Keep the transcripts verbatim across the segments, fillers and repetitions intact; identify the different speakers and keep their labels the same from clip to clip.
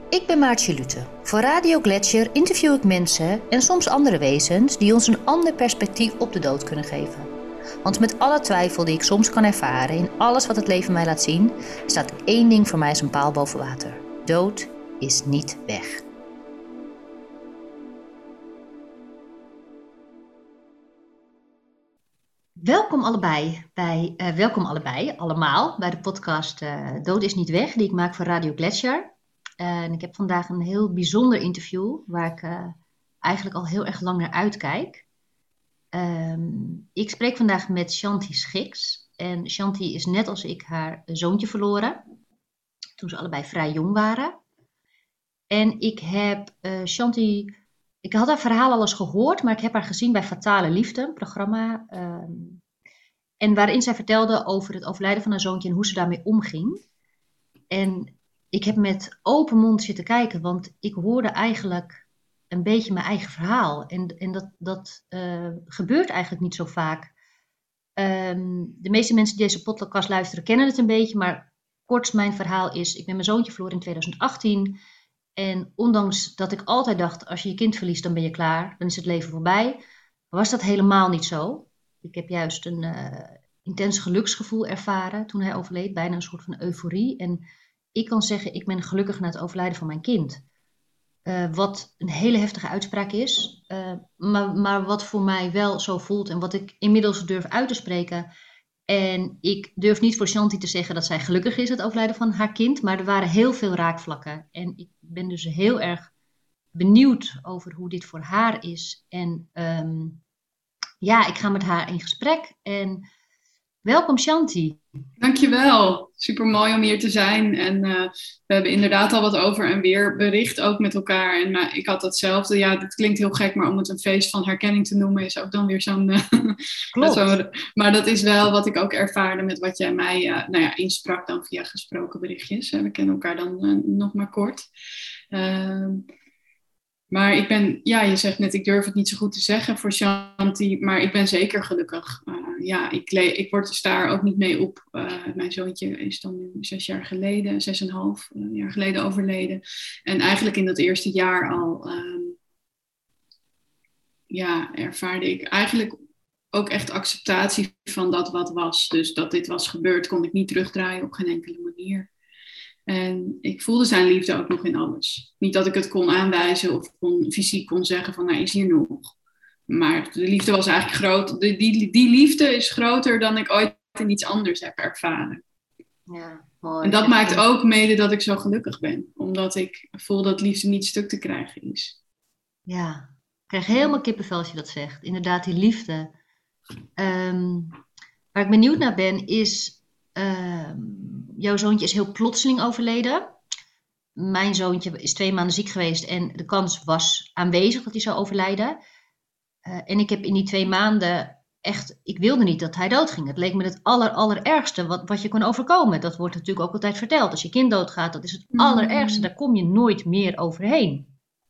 Speaker 1: Ik ben Maartje Lute. Voor Radio Gletscher interview ik mensen en soms andere wezens die ons een ander perspectief op de dood kunnen geven. Want met alle twijfel die ik soms kan ervaren in alles wat het leven mij laat zien, staat één ding voor mij als een paal boven water. Dood is niet weg. Welkom allebei, bij, uh, welkom allebei, allemaal, bij de podcast uh, Dood is niet weg, die ik maak voor Radio Gletscher. Uh, en ik heb vandaag een heel bijzonder interview, waar ik uh, eigenlijk al heel erg lang naar uitkijk. Um, ik spreek vandaag met Shanti Schiks. En Shanti is net als ik haar zoontje verloren, toen ze allebei vrij jong waren. En ik heb uh, Shanti... Ik had haar verhaal al eens gehoord, maar ik heb haar gezien bij Fatale Liefde, een programma. Um, en waarin zij vertelde over het overlijden van haar zoontje en hoe ze daarmee omging. En ik heb met open mond zitten kijken, want ik hoorde eigenlijk een beetje mijn eigen verhaal. En, en dat, dat uh, gebeurt eigenlijk niet zo vaak. Um, de meeste mensen die deze podcast luisteren kennen het een beetje, maar kort mijn verhaal is, ik ben mijn zoontje verloren in twintig achttien... En ondanks dat ik altijd dacht, als je je kind verliest, dan ben je klaar. Dan is het leven voorbij. Was dat helemaal niet zo. Ik heb juist een uh, intens geluksgevoel ervaren toen hij overleed. Bijna een soort van euforie. En ik kan zeggen, ik ben gelukkig na het overlijden van mijn kind. Uh, wat een hele heftige uitspraak is. Uh, maar, maar wat voor mij wel zo voelt. En wat ik inmiddels durf uit te spreken. En ik durf niet voor Shanti te zeggen dat zij gelukkig is, het overlijden van haar kind. Maar er waren heel veel raakvlakken. En ik ben dus heel erg benieuwd over hoe dit voor haar is. En um, ja, ik ga met haar in gesprek. En welkom Shanti.
Speaker 2: Dankjewel. Super mooi om hier te zijn. En uh, we hebben inderdaad al wat over en weer bericht ook met elkaar. En uh, ik had datzelfde. Ja, dat klinkt heel gek, maar om het een feest van herkenning te noemen is ook dan weer zo'n... Uh,
Speaker 1: Klopt.
Speaker 2: zo, maar dat is wel wat ik ook ervaarde met wat jij mij uh, nou ja, insprak dan via gesproken berichtjes. We kennen elkaar dan uh, nog maar kort. Uh, Maar ik ben, ja, je zegt net, ik durf het niet zo goed te zeggen voor Shanti, maar ik ben zeker gelukkig. Uh, ja, ik, le- ik word dus daar ook niet mee op. Uh, mijn zoontje is dan nu zes jaar geleden, zes en een half uh, jaar geleden overleden. En eigenlijk in dat eerste jaar al, um, ja, ervaarde ik eigenlijk ook echt acceptatie van dat wat was. Dus dat dit was gebeurd, kon ik niet terugdraaien op geen enkele manier. En ik voelde zijn liefde ook nog in alles. Niet dat ik het kon aanwijzen of kon, fysiek kon zeggen van hij is hier nog. Maar de liefde was eigenlijk groot. Die, die, die liefde is groter dan ik ooit in iets anders heb ervaren.
Speaker 1: Ja, mooi.
Speaker 2: En dat maakt ook mede dat ik zo gelukkig ben. Omdat ik voel dat liefde niet stuk te krijgen is.
Speaker 1: Ja, ik krijg helemaal kippenvel als je dat zegt. Inderdaad, die liefde. Um, waar ik benieuwd naar ben is... Uh, jouw zoontje is heel plotseling overleden. Mijn zoontje is twee maanden ziek geweest en de kans was aanwezig dat hij zou overlijden. Uh, en ik heb in die twee maanden echt, ik wilde niet dat hij doodging. Het leek me het aller, allerergste wat, wat je kon overkomen. Dat wordt natuurlijk ook altijd verteld. Als je kind doodgaat, dat is het allerergste. Daar kom je nooit meer overheen.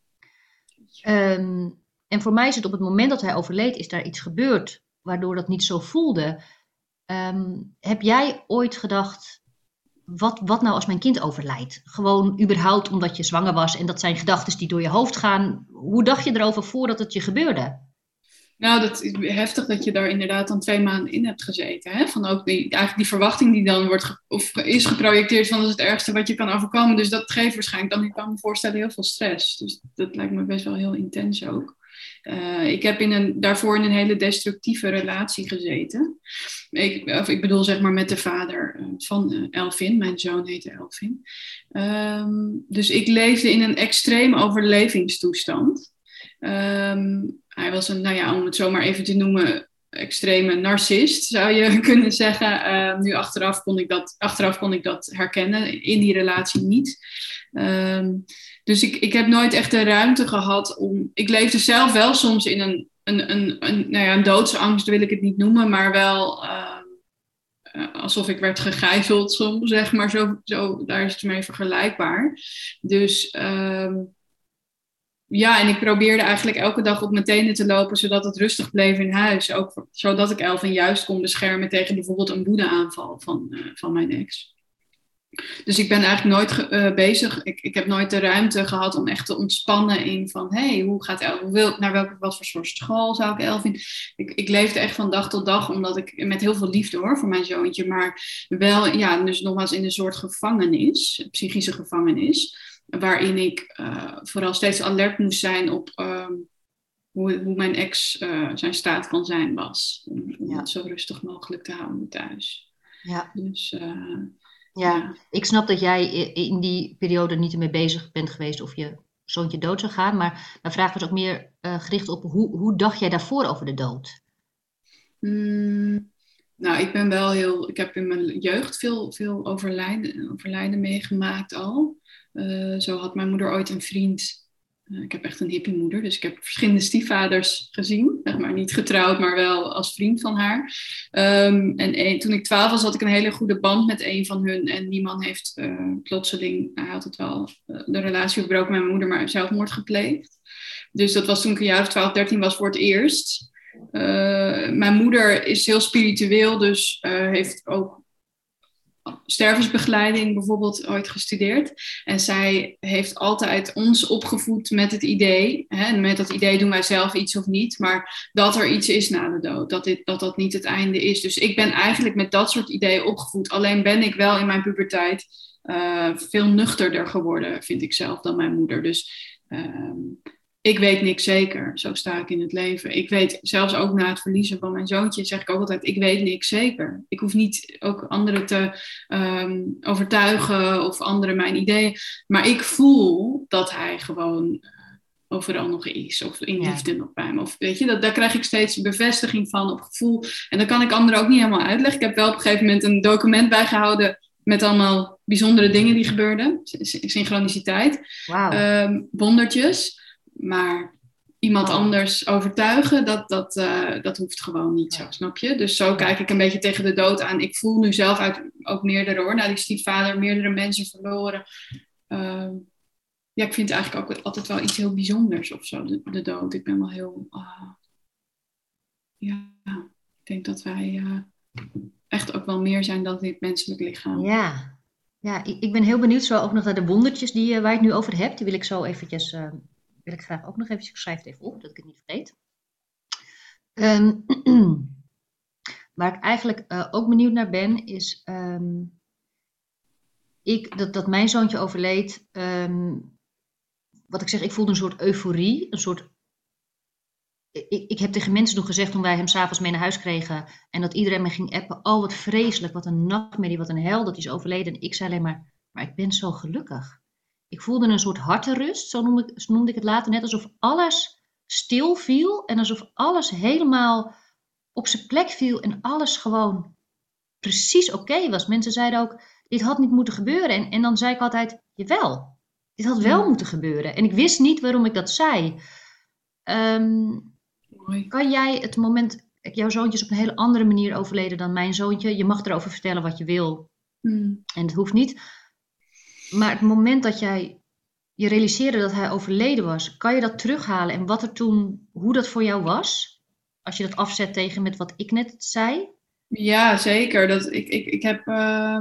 Speaker 1: Um, en voor mij is het op het moment dat hij overleed, is daar iets gebeurd waardoor dat niet zo voelde. Um, heb jij ooit gedacht, wat, wat nou als mijn kind overlijdt? Gewoon überhaupt omdat je zwanger was en dat zijn gedachten die door je hoofd gaan. Hoe dacht je erover voordat het je gebeurde?
Speaker 2: Nou, dat is heftig dat je daar inderdaad dan twee maanden in hebt gezeten. Hè? Van ook die, eigenlijk die verwachting die dan wordt ge- of is geprojecteerd van dat is het ergste wat je kan overkomen. Dus dat geeft waarschijnlijk dan, ik kan me voorstellen, heel veel stress. Dus dat lijkt me best wel heel intens ook. Uh, ik heb in een, daarvoor in een hele destructieve relatie gezeten. Ik, of ik bedoel zeg maar met de vader uh, van uh, Elvin. Mijn zoon heette Elvin. Um, dus ik leefde in een extreem overlevingstoestand. Um, hij was een, nou ja, om het zo maar even te noemen, extreme narcist, zou je kunnen zeggen. Uh, nu achteraf kon, ik dat, achteraf kon ik dat herkennen, in die relatie niet. Um, dus ik, ik heb nooit echt de ruimte gehad om... Ik leefde zelf wel soms in een, een, een, een, nou ja, een doodsangst, wil ik het niet noemen, maar wel uh, uh, alsof ik werd gegijzeld soms, zeg maar. Zo, zo, daar is het mee vergelijkbaar. Dus... Um, Ja, en ik probeerde eigenlijk elke dag op mijn tenen te lopen, zodat het rustig bleef in huis. Ook zodat ik Elvin juist kon beschermen tegen bijvoorbeeld een woedeaanval van, uh, van mijn ex. Dus ik ben eigenlijk nooit ge- eh, bezig. Ik, ik heb nooit de ruimte gehad om echt te ontspannen in van, hé, hey, hoe gaat El? Hoe wil, naar welke, wat voor soort school zou ik Elvin? Ik, ik leefde echt van dag tot dag, omdat ik met heel veel liefde hoor voor mijn zoontje, maar wel, ja, dus nogmaals in een soort gevangenis, psychische gevangenis, waarin ik uh, vooral steeds alert moest zijn op uh, hoe, hoe mijn ex uh, zijn staat van zijn was, om, om
Speaker 1: Ja.
Speaker 2: het zo rustig mogelijk te houden thuis.
Speaker 1: Ja.
Speaker 2: Dus uh,
Speaker 1: Ja,
Speaker 2: ja.
Speaker 1: ik snap dat jij in die periode niet ermee bezig bent geweest of je zoontje dood zou gaan. Maar mijn vraag was ook meer uh, gericht op hoe, hoe dacht jij daarvoor over de dood?
Speaker 2: Hmm, nou, ik ben wel heel... Ik heb in mijn jeugd veel, veel overlijden, overlijden meegemaakt al. Uh, zo had mijn moeder ooit een vriend... Uh, ik heb echt een hippie moeder, dus ik heb verschillende stiefvaders gezien. Zeg maar niet getrouwd, maar wel als vriend van haar. Um, en een, toen ik twaalf was, had ik een hele goede band met een van hun. En die man heeft uh, plotseling... Hij had het wel uh, de relatie verbroken met mijn moeder, maar zelfmoord gepleegd. Dus dat was toen ik een jaar of twaalf, dertien was voor het eerst... Uh, mijn moeder is heel spiritueel, dus uh, heeft ook stervensbegeleiding bijvoorbeeld ooit gestudeerd. En zij heeft altijd ons opgevoed met het idee, hè, en met dat idee doen wij zelf iets of niet, maar dat er iets is na de dood, dat dit, dat, dat niet het einde is. Dus ik ben eigenlijk met dat soort ideeën opgevoed. Alleen ben ik wel in mijn puberteit uh, veel nuchterder geworden, vind ik zelf, dan mijn moeder. Dus... Uh, ik weet niks zeker, zo sta ik in het leven. Ik weet, zelfs ook na het verliezen van mijn zoontje, zeg ik ook altijd, ik weet niks zeker. Ik hoef niet ook anderen te um, overtuigen of anderen mijn ideeën. Maar ik voel dat hij gewoon overal nog is. Of in
Speaker 1: Ja.
Speaker 2: liefde nog bij me. Of, weet je, dat, daar krijg ik steeds bevestiging van op gevoel. En dat kan ik anderen ook niet helemaal uitleggen. Ik heb wel op een gegeven moment een document bijgehouden met allemaal bijzondere dingen die gebeurden. Synchroniciteit.
Speaker 1: Wauw.
Speaker 2: Um, wondertjes. Maar iemand oh. anders overtuigen, dat, dat, uh, dat hoeft gewoon niet zo, snap je? Dus zo kijk ik een beetje tegen de dood aan. Ik voel nu zelf uit ook meerdere hoor, na die stiefvader, meerdere mensen verloren. Uh, ja, ik vind het eigenlijk ook altijd wel iets heel bijzonders of zo, de, de dood. Ik ben wel heel... Uh, ja, ik denk dat wij uh, echt ook wel meer zijn dan dit menselijk lichaam.
Speaker 1: Ja, ja ik, ik ben heel benieuwd zo ook nog naar de wondertjes die, uh, waar je het nu over hebt. Die wil ik zo eventjes... Uh... wil ik graag ook nog eventjes, ik schrijf het even op, dat ik het niet vergeet. Um, waar ik eigenlijk uh, ook benieuwd naar ben, is um, ik, dat, dat mijn zoontje overleed. Um, wat ik zeg, ik voelde een soort euforie, een soort... Ik, ik heb tegen mensen nog gezegd toen wij hem s'avonds mee naar huis kregen en dat iedereen me ging appen, oh wat vreselijk, wat een nachtmerrie, wat een hel, dat hij is overleden. En ik zei alleen maar, maar ik ben zo gelukkig. Ik voelde een soort hartenrust, zo noemde ik, zo noemde ik het later, net alsof alles stil viel en alsof alles helemaal op zijn plek viel en alles gewoon precies oké okay was. Mensen zeiden ook, dit had niet moeten gebeuren. En, en dan zei ik altijd, jawel, dit had wel moeten gebeuren. En ik wist niet waarom ik dat zei. Um, kan jij het moment, jouw zoontje is op een hele andere manier overleden dan mijn zoontje. Je mag erover vertellen wat je wil. Mm. En het hoeft niet. Maar het moment dat jij je realiseerde dat hij overleden was, kan je dat terughalen en wat er toen, hoe dat voor jou was? Als je dat afzet tegen met wat ik net zei?
Speaker 2: Ja, zeker. Dat, ik, ik, ik heb, uh,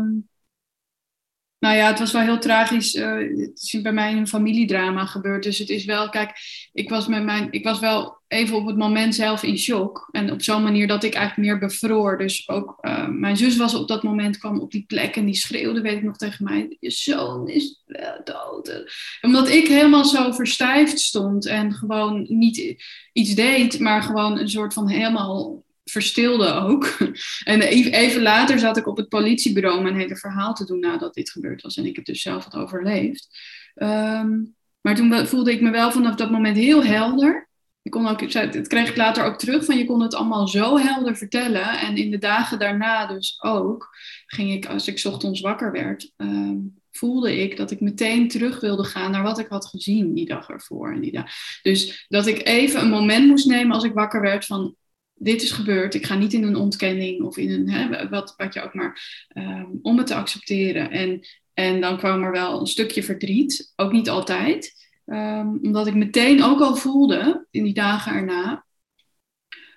Speaker 2: nou ja, het was wel heel tragisch. Uh, het is bij mij een familiedrama gebeurd. Dus het is wel, kijk, ik was, met mijn, ik was wel even op het moment zelf in shock. En op zo'n manier dat ik eigenlijk meer bevroor. Dus ook uh, mijn zus was op dat moment, kwam op die plek en die schreeuwde, weet ik nog, tegen mij, je zoon is dood. Omdat ik helemaal zo verstijfd stond en gewoon niet iets deed, maar gewoon een soort van helemaal verstilde ook. En even later zat ik op het politiebureau mijn hele verhaal te doen nadat dit gebeurd was. En ik het dus zelf had overleefd. Um, maar toen voelde ik me wel vanaf dat moment heel helder. Ik kon ook, dat kreeg ik later ook terug, van je kon het allemaal zo helder vertellen. En in de dagen daarna dus ook, ging ik, als ik 's ochtends wakker werd, um, voelde ik dat ik meteen terug wilde gaan naar wat ik had gezien die dag ervoor. En die dag. Dus dat ik even een moment moest nemen als ik wakker werd van, dit is gebeurd, ik ga niet in een ontkenning of in een, hè, wat, wat je ook maar, um, om het te accepteren. En, en dan kwam er wel een stukje verdriet, ook niet altijd. Um, omdat ik meteen ook al voelde, in die dagen erna,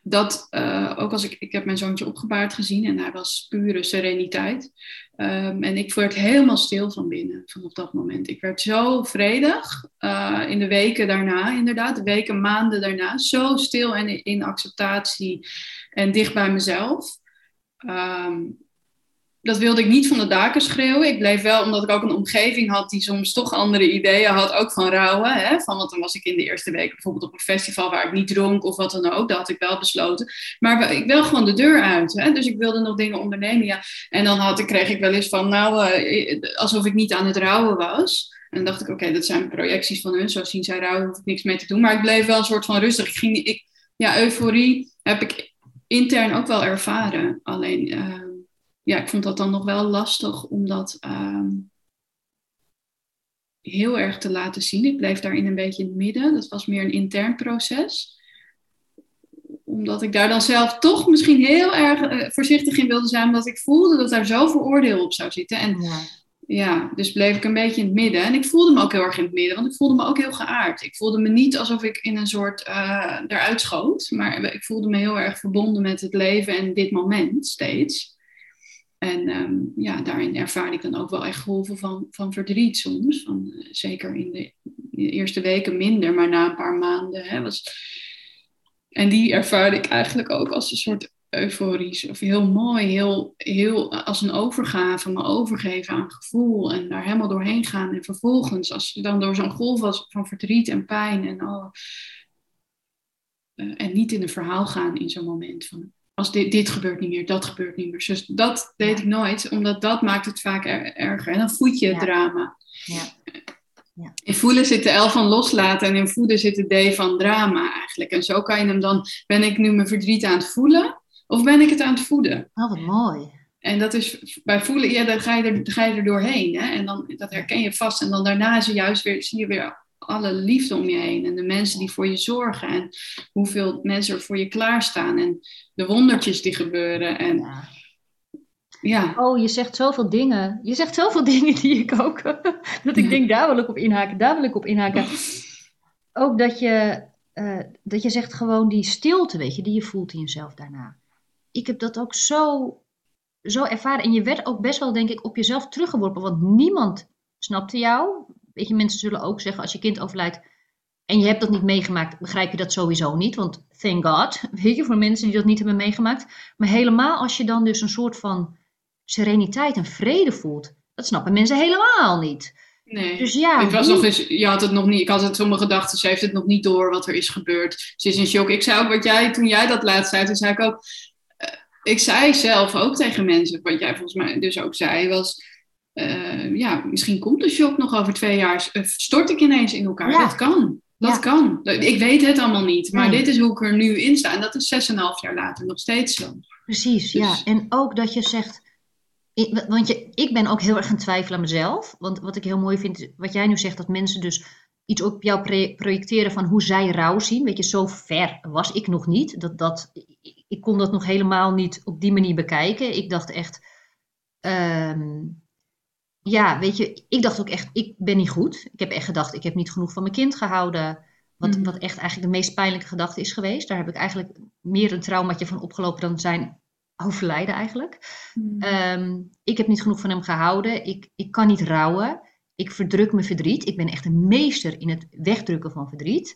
Speaker 2: dat uh, ook als ik, ik heb mijn zoontje opgebaard gezien en hij was pure sereniteit. Um, en ik werd helemaal stil van binnen vanaf dat moment. Ik werd zo vredig uh, in de weken daarna, inderdaad, de weken, maanden daarna. Zo stil en in, in acceptatie en dicht bij mezelf. Um, Dat wilde ik niet van de daken schreeuwen. Ik bleef wel, omdat ik ook een omgeving had die soms toch andere ideeën had, ook van rouwen. Hè? Van, want dan was ik in de eerste week bijvoorbeeld op een festival waar ik niet dronk of wat dan ook. Dat had ik wel besloten. Maar ik wil gewoon de deur uit. Hè? Dus ik wilde nog dingen ondernemen. Ja. En dan had, kreeg ik wel eens van, nou, uh, alsof ik niet aan het rouwen was. En dan dacht ik, oké, okay, dat zijn projecties van hun. Zo zien zij rouwen, hoef ik niks mee te doen. Maar ik bleef wel een soort van rustig. Ik ging, ik, ja, euforie heb ik intern ook wel ervaren. Alleen... Uh, Ja, ik vond dat dan nog wel lastig om dat um, heel erg te laten zien. Ik bleef daarin een beetje in het midden. Dat was meer een intern proces. Omdat ik daar dan zelf toch misschien heel erg uh, voorzichtig in wilde zijn. Omdat ik voelde dat daar zoveel oordeel op zou zitten. En ja. ja, dus bleef ik een beetje in het midden. En ik voelde me ook heel erg in het midden. Want ik voelde me ook heel geaard. Ik voelde me niet alsof ik in een soort uh, eruit schoot. Maar ik voelde me heel erg verbonden met het leven en dit moment steeds. En um, ja, daarin ervaar ik dan ook wel echt golven van, van verdriet soms. Van, uh, zeker in de, in de eerste weken minder, maar na een paar maanden. Hè, was... En die ervaarde ik eigenlijk ook als een soort euforie. Of heel mooi, heel, heel als een overgave. Me overgeven aan gevoel en daar helemaal doorheen gaan. En vervolgens, als je dan door zo'n golf was van verdriet en pijn. En, oh, uh, en niet in een verhaal gaan in zo'n moment van... Als dit, dit gebeurt niet meer, dat gebeurt niet meer. Dus dat deed ja. ik nooit, omdat dat maakt het vaak er, erger. En dan voed je het ja. drama. Ja. Ja. In voelen zit de L van loslaten en in voeden zit de D van drama eigenlijk. En zo kan je hem dan, ben ik nu mijn verdriet aan het voelen of ben ik het aan het voeden?
Speaker 1: Oh, wat mooi.
Speaker 2: En dat is bij voelen, ja, dan ga je er, dan ga je er doorheen. Hè? En dan, dat herken je vast. En dan daarna zie je juist weer, zie je weer alle liefde om je heen. En de mensen die voor je zorgen. En hoeveel mensen er voor je klaarstaan. En de wondertjes die gebeuren. En, ja. ja.
Speaker 1: Oh, je zegt zoveel dingen. Je zegt zoveel dingen die ik ook... dat ik denk, daar wil ik op inhaken. Daar wil ik op inhaken. Ook dat je, uh, dat je zegt gewoon die stilte, weet je, die je voelt in jezelf daarna. Ik heb dat ook zo, zo ervaren. En je werd ook best wel, denk ik, op jezelf teruggeworpen. Want niemand snapte jou. Weet je, mensen zullen ook zeggen, als je kind overlijdt en je hebt dat niet meegemaakt, begrijp je dat sowieso niet. Want thank God, weet je, voor mensen die dat niet hebben meegemaakt. Maar helemaal als je dan dus een soort van sereniteit en vrede voelt, dat snappen mensen helemaal niet.
Speaker 2: Nee, dus ja, het was hoe... nog eens, je had het nog niet, ik had het sommige gedachten, ze heeft het nog niet door wat er is gebeurd. Ze is in shock. Ik zei ook wat jij, toen jij dat laatst zei, toen zei ik ook, uh, ik zei zelf ook tegen mensen, wat jij volgens mij dus ook zei, was... Uh, ja, misschien komt de shock nog over twee jaar. Uh, stort ik ineens in elkaar? Ja. Dat kan. Dat ja. kan. Ik weet het allemaal niet. Maar nee. Dit is hoe ik er nu in sta. En dat is zes en een half jaar later nog steeds zo.
Speaker 1: Precies, dus... ja. En ook dat je zegt... Ik, want je, ik ben ook heel erg gaan twijfelen aan mezelf. Want wat ik heel mooi vind, wat jij nu zegt, dat mensen dus iets op jou pre- projecteren van hoe zij rouw zien. Weet je, zo ver was ik nog niet. Dat, dat, ik, ik kon dat nog helemaal niet op die manier bekijken. Ik dacht echt... Um, Ja, weet je, ik dacht ook echt, ik ben niet goed. Ik heb echt gedacht, ik heb niet genoeg van mijn kind gehouden. Wat, mm. wat echt eigenlijk de meest pijnlijke gedachte is geweest. Daar heb ik eigenlijk meer een traumaatje van opgelopen dan zijn overlijden eigenlijk. Mm. Um, ik heb niet genoeg van hem gehouden. Ik, ik kan niet rouwen. Ik verdruk mijn verdriet. Ik ben echt een meester in het wegdrukken van verdriet.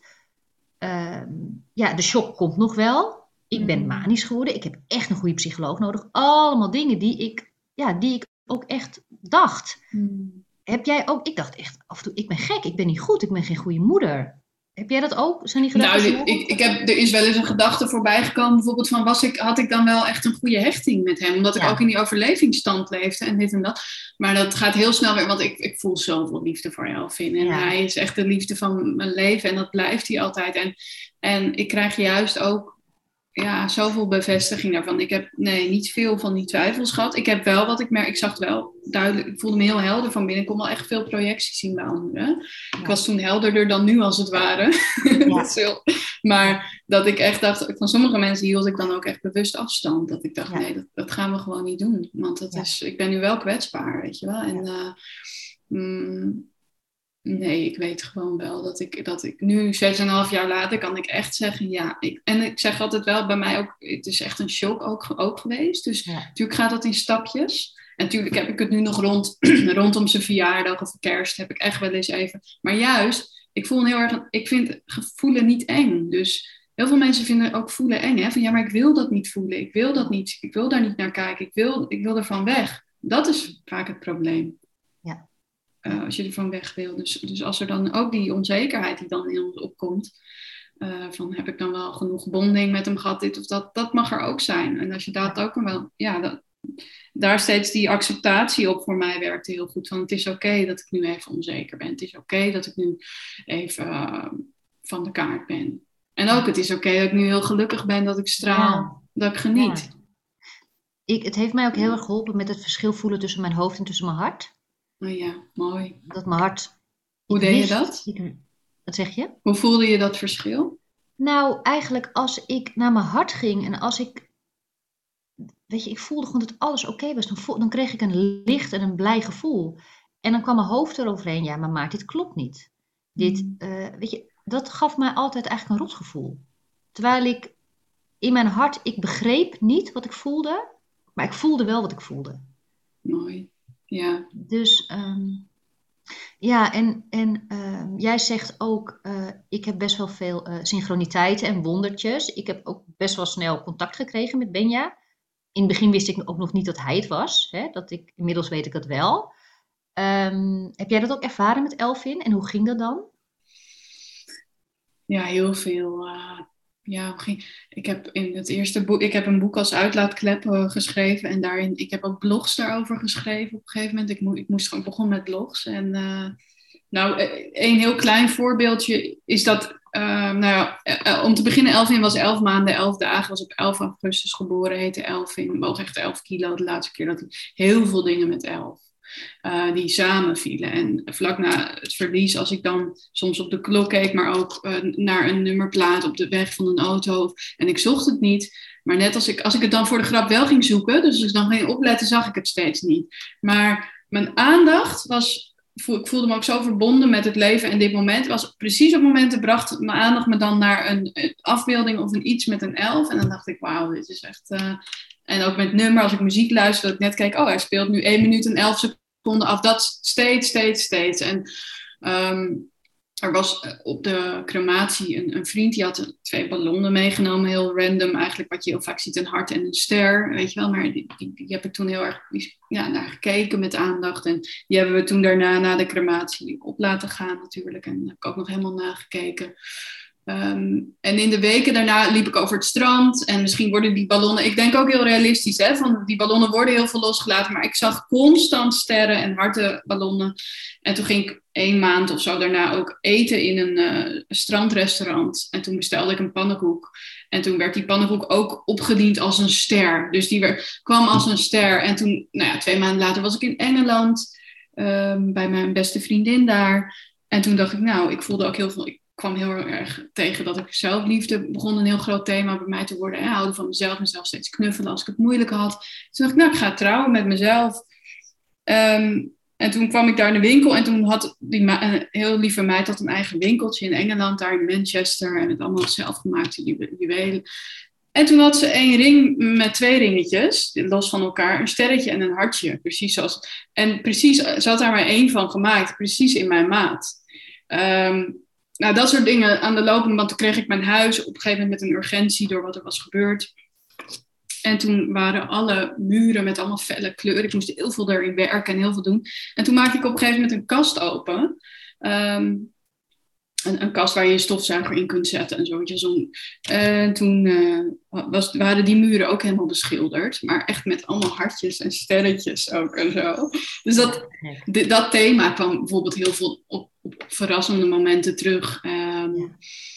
Speaker 1: Um, ja, de shock komt nog wel. Ik ben manisch geworden. Ik heb echt een goede psycholoog nodig. Allemaal dingen die ik, ja, die ik ook echt dacht. Hmm. Heb jij ook, ik dacht echt af en toe, ik ben gek, ik ben niet goed, ik ben geen goede moeder. Heb jij dat ook? Zijn die gedachten?
Speaker 2: Nou, ik, ik heb, er is wel eens een gedachte voorbij gekomen, bijvoorbeeld van, was ik, had ik dan wel echt een goede hechting met hem? Omdat ik ja. ook in die overlevingsstand leefde en dit en dat. Maar dat gaat heel snel weer, want ik, ik voel zoveel liefde voor Elfyn. En ja. hij is echt de liefde van mijn leven en dat blijft hij altijd. En, en ik krijg juist ook ja, zoveel bevestiging daarvan. Ik heb nee, niet veel van die twijfels gehad. Ik heb wel wat ik merk, ik zag het wel duidelijk, ik voelde me heel helder van binnen. Ik kon wel echt veel projecties zien bij anderen. Ja. Ik was toen helderder dan nu als het ware. Ja. dat is heel, maar dat ik echt dacht, van sommige mensen hield ik dan ook echt bewust afstand. Dat ik dacht, ja. nee, dat, dat gaan we gewoon niet doen. Want dat ja. is, ik ben nu wel kwetsbaar, weet je wel. En ja. uh, mm, Nee, ik weet gewoon wel dat ik, dat ik nu, zes en een half jaar later, kan ik echt zeggen, ja. Ik, en ik zeg altijd wel, bij mij ook, het is echt een shock ook, ook geweest. Dus
Speaker 1: Ja,
Speaker 2: natuurlijk gaat dat in stapjes. En natuurlijk heb ik het nu nog rond, rondom zijn verjaardag of kerst, heb ik echt wel eens even. Maar juist, ik voel een heel erg, ik vind voelen niet eng. Dus heel veel mensen vinden ook voelen eng. Hè? Van ja, maar ik wil dat niet voelen. Ik wil dat niet. Ik wil daar niet naar kijken. Ik wil, ik wil ervan weg. Dat is vaak het probleem.
Speaker 1: ja,
Speaker 2: Uh, als je ervan weg wil. Dus, dus als er dan ook die onzekerheid die dan in ons opkomt. Uh, van heb ik dan wel genoeg bonding met hem gehad, dit of dat. Dat mag er ook zijn. En als je dat
Speaker 1: ja,
Speaker 2: ook wel. Ja, dat, daar steeds die acceptatie op voor mij werkte heel goed. Van het is oké okay dat ik nu even onzeker ben. Het is oké okay dat ik nu even uh, van de kaart ben. En ook het is oké okay dat ik nu heel gelukkig ben. Dat ik
Speaker 1: ja,
Speaker 2: straal. Dat ik
Speaker 1: ja.
Speaker 2: geniet.
Speaker 1: Ik, het heeft mij ook heel
Speaker 2: Ja.
Speaker 1: erg geholpen met het verschil voelen tussen mijn hoofd en tussen mijn hart.
Speaker 2: Oh ja, mooi.
Speaker 1: Dat mijn hart,
Speaker 2: Hoe
Speaker 1: ik
Speaker 2: deed je
Speaker 1: wist,
Speaker 2: dat?
Speaker 1: ik, wat zeg je?
Speaker 2: Hoe voelde je dat verschil?
Speaker 1: Nou, eigenlijk als ik naar mijn hart ging en als ik, weet je, ik voelde gewoon dat alles oké was, dan, voel, dan kreeg ik een licht en een blij gevoel. En dan kwam mijn hoofd eroverheen, ja, maar Maart, dit klopt niet. Dit,
Speaker 2: Hmm.
Speaker 1: uh, weet je, dat gaf mij altijd eigenlijk een rotgevoel. Terwijl ik in mijn hart, ik begreep niet wat ik voelde, maar ik voelde wel wat ik voelde.
Speaker 2: Mooi. Ja.
Speaker 1: Dus um, ja, en, en uh, jij zegt ook, uh, ik heb best wel veel uh, synchroniteiten en wondertjes. Ik heb ook best wel snel contact gekregen met Benja. In het begin wist ik ook nog niet dat hij het was. Hè? Dat ik, inmiddels weet ik het wel. Um, heb jij dat ook ervaren met Elvin? En hoe ging dat dan?
Speaker 2: Ja, heel veel. Uh, ja, ik heb in het eerste boek, ik heb een boek als uitlaatklep uh, geschreven en daarin, ik heb ook blogs daarover geschreven op een gegeven moment. Ik, mo- ik moest gewoon begonnen met blogs en uh, nou, een heel klein voorbeeldje is dat, uh, nou ja, uh, om te beginnen, Elvin was elf maanden, elf dagen, was op elf augustus geboren, heette Elvin, woog echt elf kilo de laatste keer dat hij, heel veel dingen met elf. Uh, die samenvielen. En vlak na het verlies, als ik dan soms op de klok keek, maar ook uh, naar een nummerplaat op de weg van een auto. En ik zocht het niet. Maar net als ik, als ik het dan voor de grap wel ging zoeken, dus als ik dan ging opletten, zag ik het steeds niet. Maar mijn aandacht was. Ik voelde me ook zo verbonden met het leven en dit moment. Was precies op momenten bracht mijn aandacht me dan naar een, een afbeelding of een iets met een elf. En dan dacht ik, wauw, dit is echt. Uh, en ook met nummer, als ik muziek luister, dat ik net keek, oh, hij speelt nu één minuut en elf seconden af. Dat steeds, steeds, steeds. En um, er was op de crematie een, een vriend, die had twee ballonnen meegenomen, heel random eigenlijk, wat je heel vaak ziet, een hart en een ster, weet je wel. Maar die, die, die heb ik toen heel erg ja, naar gekeken met aandacht. En die hebben we toen daarna, na de crematie, op laten gaan natuurlijk. En daar heb ik ook nog helemaal nagekeken. Um, en in de weken daarna liep ik over het strand en misschien worden die ballonnen, ik denk ook heel realistisch, hè, van die ballonnen worden heel veel losgelaten, maar ik zag constant sterren en hartenballonnen. En toen ging ik één maand of zo daarna ook eten in een uh, strandrestaurant en toen bestelde ik een pannenkoek. En toen werd die pannenkoek ook opgediend als een ster. Dus die werd, kwam als een ster. En toen, nou ja, twee maanden later was ik in Engeland um, bij mijn beste vriendin daar. En toen dacht ik, nou, ik voelde ook heel veel. Ik kwam heel erg tegen dat ik zelfliefde begon een heel groot thema bij mij te worden. En houden van mezelf, mezelf steeds knuffelen als ik het moeilijk had. Toen dacht ik, nou, ik ga trouwen met mezelf. Um, en toen kwam ik daar in de winkel en toen had die ma- een heel lieve meid had een eigen winkeltje in Engeland, daar in Manchester. En met allemaal zelfgemaakte ju- juwelen. En toen had ze één ring met twee ringetjes, los van elkaar, een sterretje en een hartje. Precies zoals, en precies, ze had daar maar één van gemaakt, precies in mijn maat. Um, Nou, dat soort dingen aan de lopende band. Toen kreeg ik mijn huis op een gegeven moment met een urgentie door wat er was gebeurd. En toen waren alle muren met allemaal felle kleuren. Ik moest heel veel erin werken en heel veel doen. En toen maakte ik op een gegeven moment een kast open. Um, een, een kast waar je een stofzuiger in kunt zetten en zo. zo. En toen uh, was, waren die muren ook helemaal beschilderd. Maar echt met allemaal hartjes en sterretjes ook en zo. Dus dat, d- dat thema kwam bijvoorbeeld heel veel op, op verrassende momenten terug. Um,
Speaker 1: ja.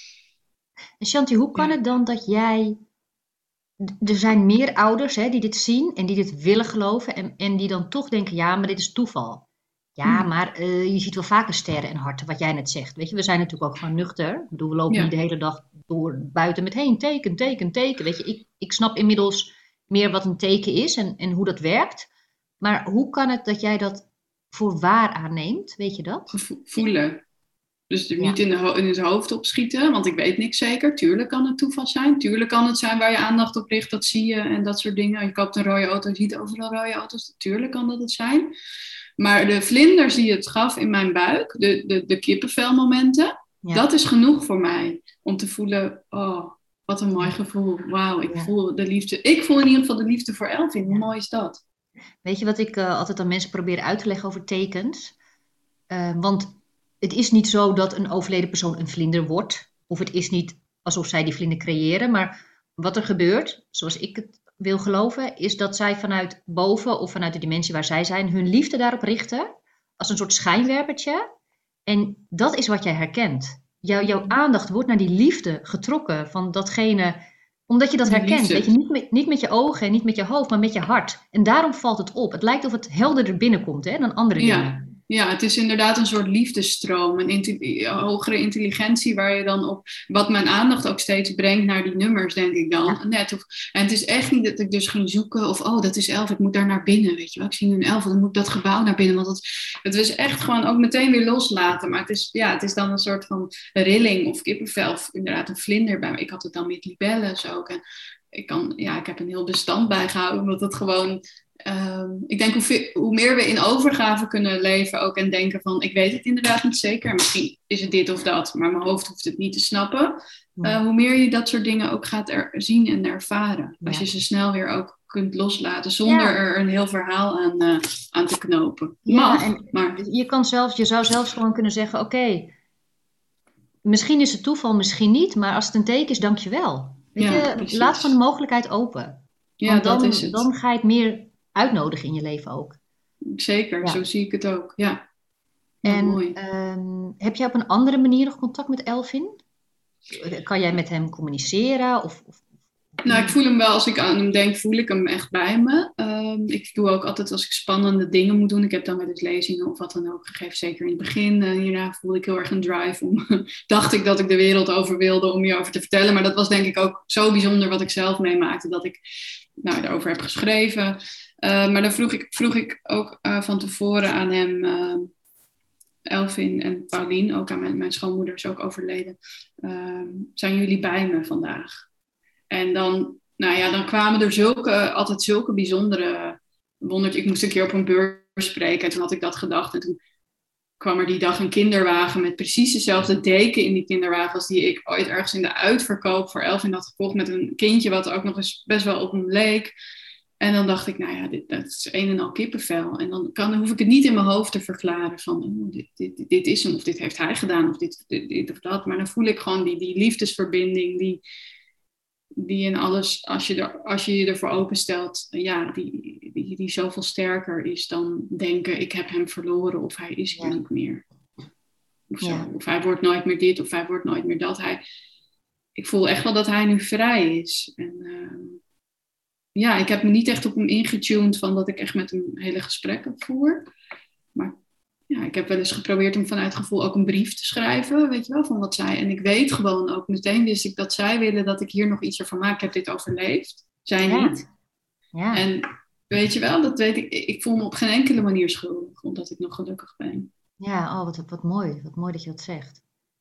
Speaker 1: En Shanti, hoe kan
Speaker 2: ja.
Speaker 1: het dan dat jij... Er zijn meer ouders hè, die dit zien en die dit willen geloven en, en die dan toch denken, ja, maar dit is toeval. Ja,
Speaker 2: Hmm.
Speaker 1: maar uh, je ziet wel vaker sterren en harten, wat jij net zegt. Weet je, we zijn natuurlijk ook gewoon nuchter. Ik bedoel, we lopen
Speaker 2: Ja.
Speaker 1: niet de hele dag door buiten met, hé, een teken, teken, teken. Weet je, ik, ik snap inmiddels meer wat een teken is en, en hoe dat werkt. Maar hoe kan het dat jij dat voor waar aanneemt? Weet je dat?
Speaker 2: Gevo- voelen. Dus er
Speaker 1: Ja.
Speaker 2: niet in, de ho- in het hoofd opschieten, want ik weet niks zeker. Tuurlijk kan het toeval zijn. Tuurlijk kan het zijn waar je aandacht op richt, dat zie je en dat soort dingen. Je koopt een rode auto, je ziet overal rode auto's. Tuurlijk kan dat het zijn. Maar de vlinders die het gaf in mijn buik, de, de, de kippenvelmomenten,
Speaker 1: Ja.
Speaker 2: dat is genoeg voor mij. Om te voelen, oh, wat een mooi
Speaker 1: Ja.
Speaker 2: gevoel. Wauw, ik
Speaker 1: Ja.
Speaker 2: voel de liefde. Ik voel in ieder geval de liefde voor Elvin. Hoe
Speaker 1: Ja.
Speaker 2: mooi is dat?
Speaker 1: Weet je wat ik uh, altijd aan mensen probeer uit te leggen over tekens? Uh, want het is niet zo dat een overleden persoon een vlinder wordt. Of het is niet alsof zij die vlinder creëren. Maar wat er gebeurt, zoals ik het wil geloven, is dat zij vanuit boven of vanuit de dimensie waar zij zijn, hun liefde daarop richten. Als een soort schijnwerpertje. En dat is wat jij herkent. Jouw, jouw aandacht wordt naar die liefde getrokken van datgene, omdat je dat
Speaker 2: Die
Speaker 1: herkent.
Speaker 2: liefde.
Speaker 1: Weet je, niet met, niet met je ogen en niet met je hoofd, maar met je hart. En daarom valt het op. Het lijkt of het helderder binnenkomt hè, dan andere
Speaker 2: Ja.
Speaker 1: dingen.
Speaker 2: Ja, het is inderdaad een soort liefdesstroom, een inti- hogere intelligentie waar je dan op, wat mijn aandacht ook steeds brengt naar die nummers, denk ik dan.
Speaker 1: Ja.
Speaker 2: Net, of, en het is echt niet dat ik dus ging zoeken of, oh, dat is elf, ik moet daar naar binnen, weet je wel. Ik zie nu een elf, dan moet ik dat gebouw naar binnen, want het, het was echt gewoon ook meteen weer loslaten. Maar het is, ja, het is dan een soort van rilling of kippenvel of inderdaad een vlinder bij me. Ik had het dan met libelles ook en ik, kan, ja, ik heb een heel bestand bijgehouden, omdat het gewoon... Um, ik denk hoe, veel, hoe meer we in overgave kunnen leven ook en denken van ik weet het inderdaad niet zeker. Misschien is het dit of dat, maar mijn hoofd hoeft het niet te snappen. Uh, hoe meer je dat soort dingen ook gaat er, zien en ervaren. Ja. Als je ze snel weer ook kunt loslaten zonder ja. er een heel verhaal aan, uh, aan te knopen.
Speaker 1: Ja,
Speaker 2: Mag,
Speaker 1: en
Speaker 2: maar...
Speaker 1: je, kan zelfs, je zou zelfs gewoon kunnen zeggen oké, okay, misschien is het toeval, misschien niet. Maar als het een teken is, dank je wel. Weet
Speaker 2: ja,
Speaker 1: je, laat gewoon de mogelijkheid open.
Speaker 2: Ja,
Speaker 1: Want dan,
Speaker 2: dat is het.
Speaker 1: Dan ga je het meer... uitnodigen in je leven ook.
Speaker 2: Zeker, ja. Zo zie ik het ook, ja.
Speaker 1: ja en um, heb jij op een andere manier nog contact met Elvin? Kan jij met hem communiceren? Of, of...
Speaker 2: Nou, ik voel hem wel, als ik aan hem denk, voel ik hem echt bij me. Um, ik doe ook altijd als ik spannende dingen moet doen. Ik heb dan wel eens lezingen of wat dan ook gegeven. Zeker in het begin, uh, hierna voelde ik heel erg een drive om... dacht ik dat ik de wereld over wilde om hierover te vertellen. Maar dat was denk ik ook zo bijzonder wat ik zelf meemaakte. Dat ik nou, daarover heb geschreven. Uh, maar dan vroeg ik, vroeg ik ook uh, van tevoren aan hem, uh, Elvin en Paulien, ook aan mijn, mijn schoonmoeder is ook overleden. Uh, zijn jullie bij me vandaag? En dan, nou ja, dan kwamen er zulke, altijd zulke bijzondere wondert. Ik moest een keer op een beurs spreken en toen had ik dat gedacht. En toen kwam er die dag een kinderwagen met precies dezelfde deken in die kinderwagen als die ik ooit ergens in de uitverkoop voor Elvin had gekocht. Met een kindje wat ook nog eens best wel op hem leek. En dan dacht ik, nou ja, dit, dat is een en al kippenvel. En dan, kan, dan hoef ik het niet in mijn hoofd te verklaren van, oh, dit, dit, dit is hem, of dit heeft hij gedaan, of dit, dit, dit of dat. Maar dan voel ik gewoon die, die liefdesverbinding, die, die in alles, als je, er, als je je ervoor openstelt, ja, die, die, die zoveel sterker is dan denken, ik heb hem verloren, of hij is hier ja. niet meer. Of, zo. Ja. Of hij wordt nooit meer dit, of hij wordt nooit meer dat. Hij, ik voel echt wel dat hij nu vrij is. En... Uh, Ja, ik heb me niet echt op hem ingetuned van dat ik echt met hem hele gesprekken voer. Maar ja, ik heb wel eens geprobeerd om vanuit gevoel ook een brief te schrijven, weet je wel, van wat zij. En ik weet gewoon ook, meteen wist ik dat zij willen dat ik hier nog iets ervan maak. Ik heb dit overleefd, zij
Speaker 1: ja.
Speaker 2: niet.
Speaker 1: Ja.
Speaker 2: En weet je wel, dat weet ik, ik voel me op geen enkele manier schuldig, omdat ik nog gelukkig ben.
Speaker 1: Ja, oh, wat, wat mooi. Wat mooi dat je dat zegt.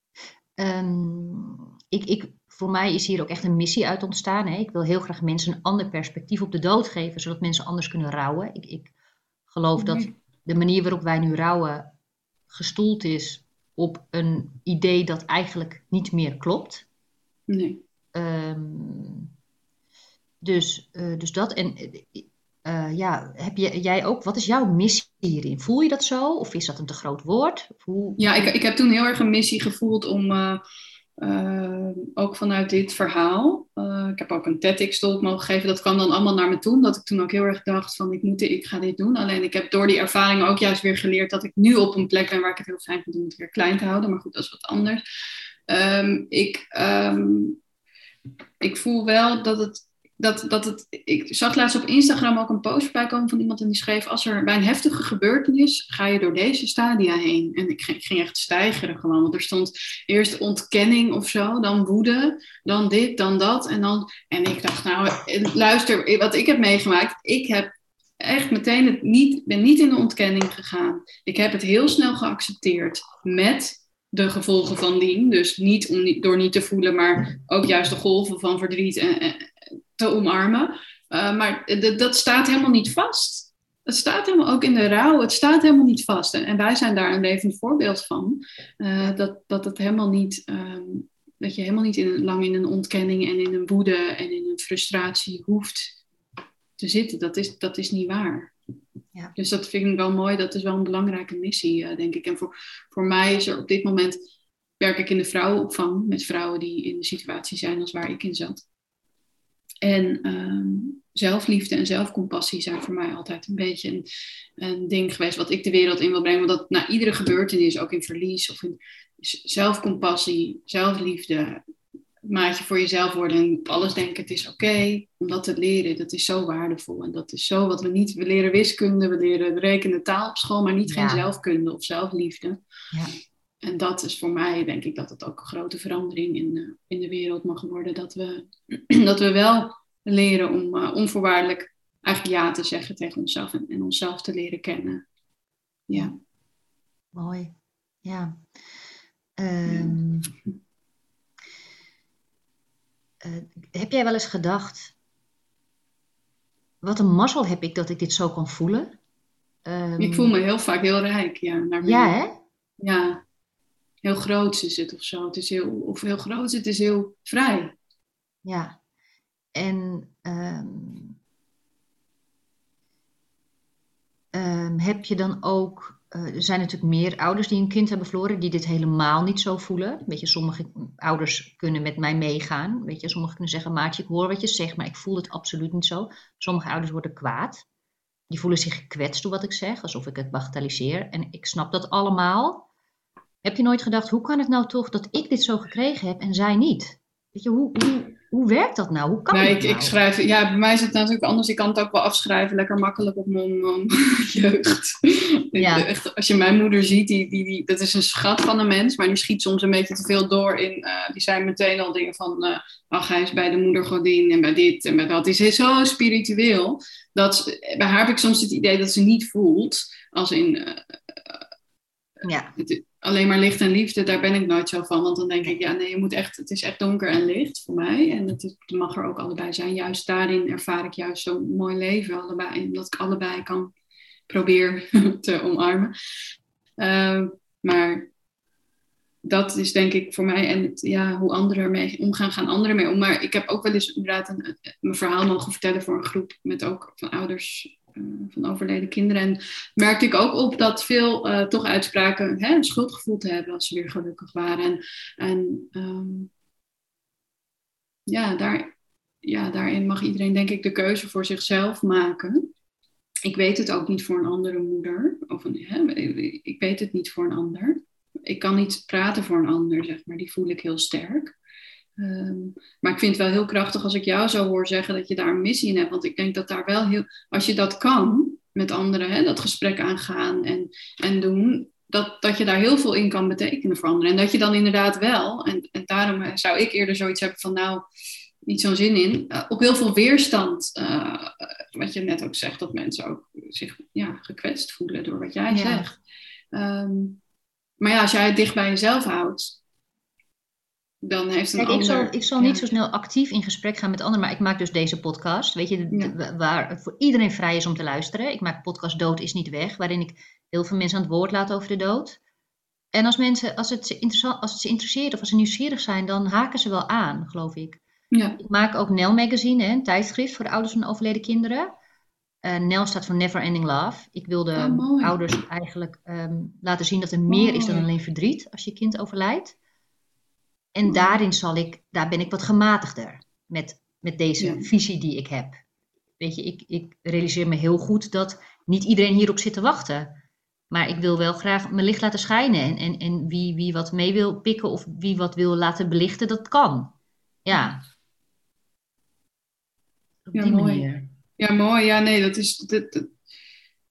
Speaker 1: Um, ik, ik, voor mij is hier ook echt een missie uit ontstaan. Hè? Ik wil heel graag mensen een ander perspectief op de dood geven, zodat mensen anders kunnen rouwen. Ik, ik geloof dat de manier waarop wij nu rouwen gestoeld is op een idee dat eigenlijk niet meer klopt.
Speaker 2: Nee.
Speaker 1: Um, dus, uh, dus dat. En uh, ja, heb je, jij ook, wat is jouw missie hierin? Voel je dat zo? Of is dat een te groot woord? Hoe...
Speaker 2: Ja, ik, ik heb toen heel erg een missie gevoeld om... Uh, Uh, ook vanuit dit verhaal. Uh, ik heb ook een TEDx-talk mogen geven. Dat kwam dan allemaal naar me toe. Omdat ik toen ook heel erg dacht van ik, moet, ik ga dit doen. Alleen ik heb door die ervaringen ook juist weer geleerd dat ik nu op een plek ben waar ik het heel fijn vind om het weer klein te houden. Maar goed, dat is wat anders. Um, ik, um, ik voel wel dat het... Dat, dat het, ik zag laatst op Instagram ook een post voorbij komen van iemand en die schreef: als er bij een heftige gebeurtenis ga je door deze stadia heen. En ik ging, ik ging echt stijgeren gewoon, want er stond eerst ontkenning of zo, dan woede, dan dit, dan dat. En, dan, en ik dacht, nou, luister, wat ik heb meegemaakt, ik heb echt meteen het niet, ben niet in de ontkenning gegaan. Ik heb het heel snel geaccepteerd met de gevolgen van dien. Dus niet om, door niet te voelen, maar ook juist de golven van verdriet en, en, te omarmen. Uh, maar d- dat staat helemaal niet vast. Het staat helemaal ook in de rouw. Het staat helemaal niet vast. En, en wij zijn daar een levend voorbeeld van. Uh, dat, dat het helemaal niet... Um, dat je helemaal niet in, lang in een ontkenning en in een woede en in een frustratie hoeft te zitten. Dat is, dat is niet waar. Ja. Dus dat vind ik wel mooi. Dat is wel een belangrijke missie, uh, denk ik. En voor, voor mij is er op dit moment... werk ik in de vrouwenopvang met vrouwen die in de situatie zijn als waar ik in zat. En um, zelfliefde en zelfcompassie zijn voor mij altijd een beetje een, een ding geweest... wat ik de wereld in wil brengen. Want dat na iedere gebeurtenis, ook in verlies of in zelfcompassie, zelfliefde... maatje voor jezelf worden en op alles denken, het is oké okay, om dat te leren. Dat is zo waardevol en dat is zo wat we niet... We leren wiskunde, we leren rekenen, taal op school, maar niet ja. geen zelfkunde of zelfliefde. Ja. En dat is voor mij, denk ik, dat het ook een grote verandering in, uh, in de wereld mag worden. Dat we, dat we wel leren om uh, onvoorwaardelijk eigenlijk ja te zeggen tegen onszelf en, en onszelf te leren kennen. Ja.
Speaker 1: Mooi. Ja. Um... Ja. Uh, heb jij wel eens gedacht, wat een mazzel heb ik dat ik dit zo kan voelen? Um,
Speaker 2: ik voel me heel vaak heel rijk, ja. Naar
Speaker 1: ja, hè?
Speaker 2: Ja, heel groot is het of zo. Het is heel, of heel groot, het is heel vrij.
Speaker 1: Ja, en um, um, heb je dan ook... Uh, er zijn natuurlijk meer ouders die een kind hebben verloren die dit helemaal niet zo voelen. Weet je, sommige ouders kunnen met mij meegaan. Weet je, sommigen kunnen zeggen, Maartje, ik hoor wat je zegt, maar ik voel het absoluut niet zo. Sommige ouders worden kwaad. Die voelen zich gekwetst door wat ik zeg, alsof ik het bagatelliseer. En ik snap dat allemaal. Heb je nooit gedacht, hoe kan het nou toch dat ik dit zo gekregen heb en zij niet? Weet je, hoe, hoe, hoe werkt dat nou? Hoe kan
Speaker 2: nee,
Speaker 1: dat
Speaker 2: ik,
Speaker 1: nou?
Speaker 2: ik schrijf, ja, bij mij is het natuurlijk anders. Ik kan het ook wel afschrijven, lekker makkelijk op mijn, mijn jeugd. Ja. Echt, als je mijn moeder ziet, die, die, die, dat is een schat van een mens, maar die schiet soms een beetje te veel door in. Uh, die zijn meteen al dingen van, uh, ach, hij is bij de moedergodin en bij dit en bij dat. Die is zo spiritueel, dat bij haar heb ik soms het idee dat ze niet voelt, als in... Uh, ja. Het, alleen maar licht en liefde, daar ben ik nooit zo van. Want dan denk ik, ja nee, je moet echt, het is echt donker en licht voor mij. En het, het mag er ook allebei zijn. Juist daarin ervaar ik juist zo'n mooi leven allebei. Omdat ik allebei kan proberen te omarmen. Uh, maar dat is denk ik voor mij. En het, ja, hoe anderen ermee omgaan, gaan anderen mee om. Maar ik heb ook wel eens inderdaad een, een, mijn verhaal mogen vertellen voor een groep met ook van ouders... van overleden kinderen. En merkte ik ook op dat veel uh, toch uitspraken hè, een schuldgevoel te hebben als ze weer gelukkig waren. En, en um, ja, daar, ja, daarin mag iedereen denk ik de keuze voor zichzelf maken. Ik weet het ook niet voor een andere moeder. Of een, hè, ik weet het niet voor een ander. Ik kan niet praten voor een ander, zeg maar. Die voel ik heel sterk. Um, maar ik vind het wel heel krachtig als ik jou zo hoor zeggen dat je daar een missie in hebt. Want ik denk dat daar wel heel... Als je dat kan met anderen, hè, dat gesprek aangaan en, en doen... Dat, dat je daar heel veel in kan betekenen voor anderen. En dat je dan inderdaad wel... En, en daarom zou ik eerder zoiets hebben van... Nou, niet zo'n zin in. Uh, op heel veel weerstand. Uh, wat je net ook zegt. Dat mensen ook zich ja, gekwetst voelen door wat jij ja. zegt. Um, maar ja, als jij het dicht bij jezelf houdt... Dan heeft een
Speaker 1: Kijk,
Speaker 2: ander...
Speaker 1: ik zal, ik zal ja. niet zo snel actief in gesprek gaan met anderen, maar ik maak dus deze podcast, weet je, ja. de, waar het voor iedereen vrij is om te luisteren. Ik maak podcast Dood is niet weg, waarin ik heel veel mensen aan het woord laat over de dood. En als mensen, als het, interessant, als het ze interesseert of als ze nieuwsgierig zijn, dan haken ze wel aan, geloof ik. Ja. Ik maak ook Nel Magazine, hè, een tijdschrift voor de ouders van overleden kinderen. Uh, Nel staat voor Never Ending Love. Ik wil de oh, ouders eigenlijk um, laten zien dat er meer mooi. is dan alleen verdriet als je kind overlijdt. En daarin zal ik, daar ben ik wat gematigder met, met deze ja. visie die ik heb. Weet je, ik, ik realiseer me heel goed dat niet iedereen hierop zit te wachten. Maar ik wil wel graag mijn licht laten schijnen. En, en, en wie, wie wat mee wil pikken of wie wat wil laten belichten, dat kan. Ja. Op
Speaker 2: ja,
Speaker 1: die
Speaker 2: mooi.
Speaker 1: manier.
Speaker 2: Ja, mooi. Ja, nee, dat is... Dat, dat,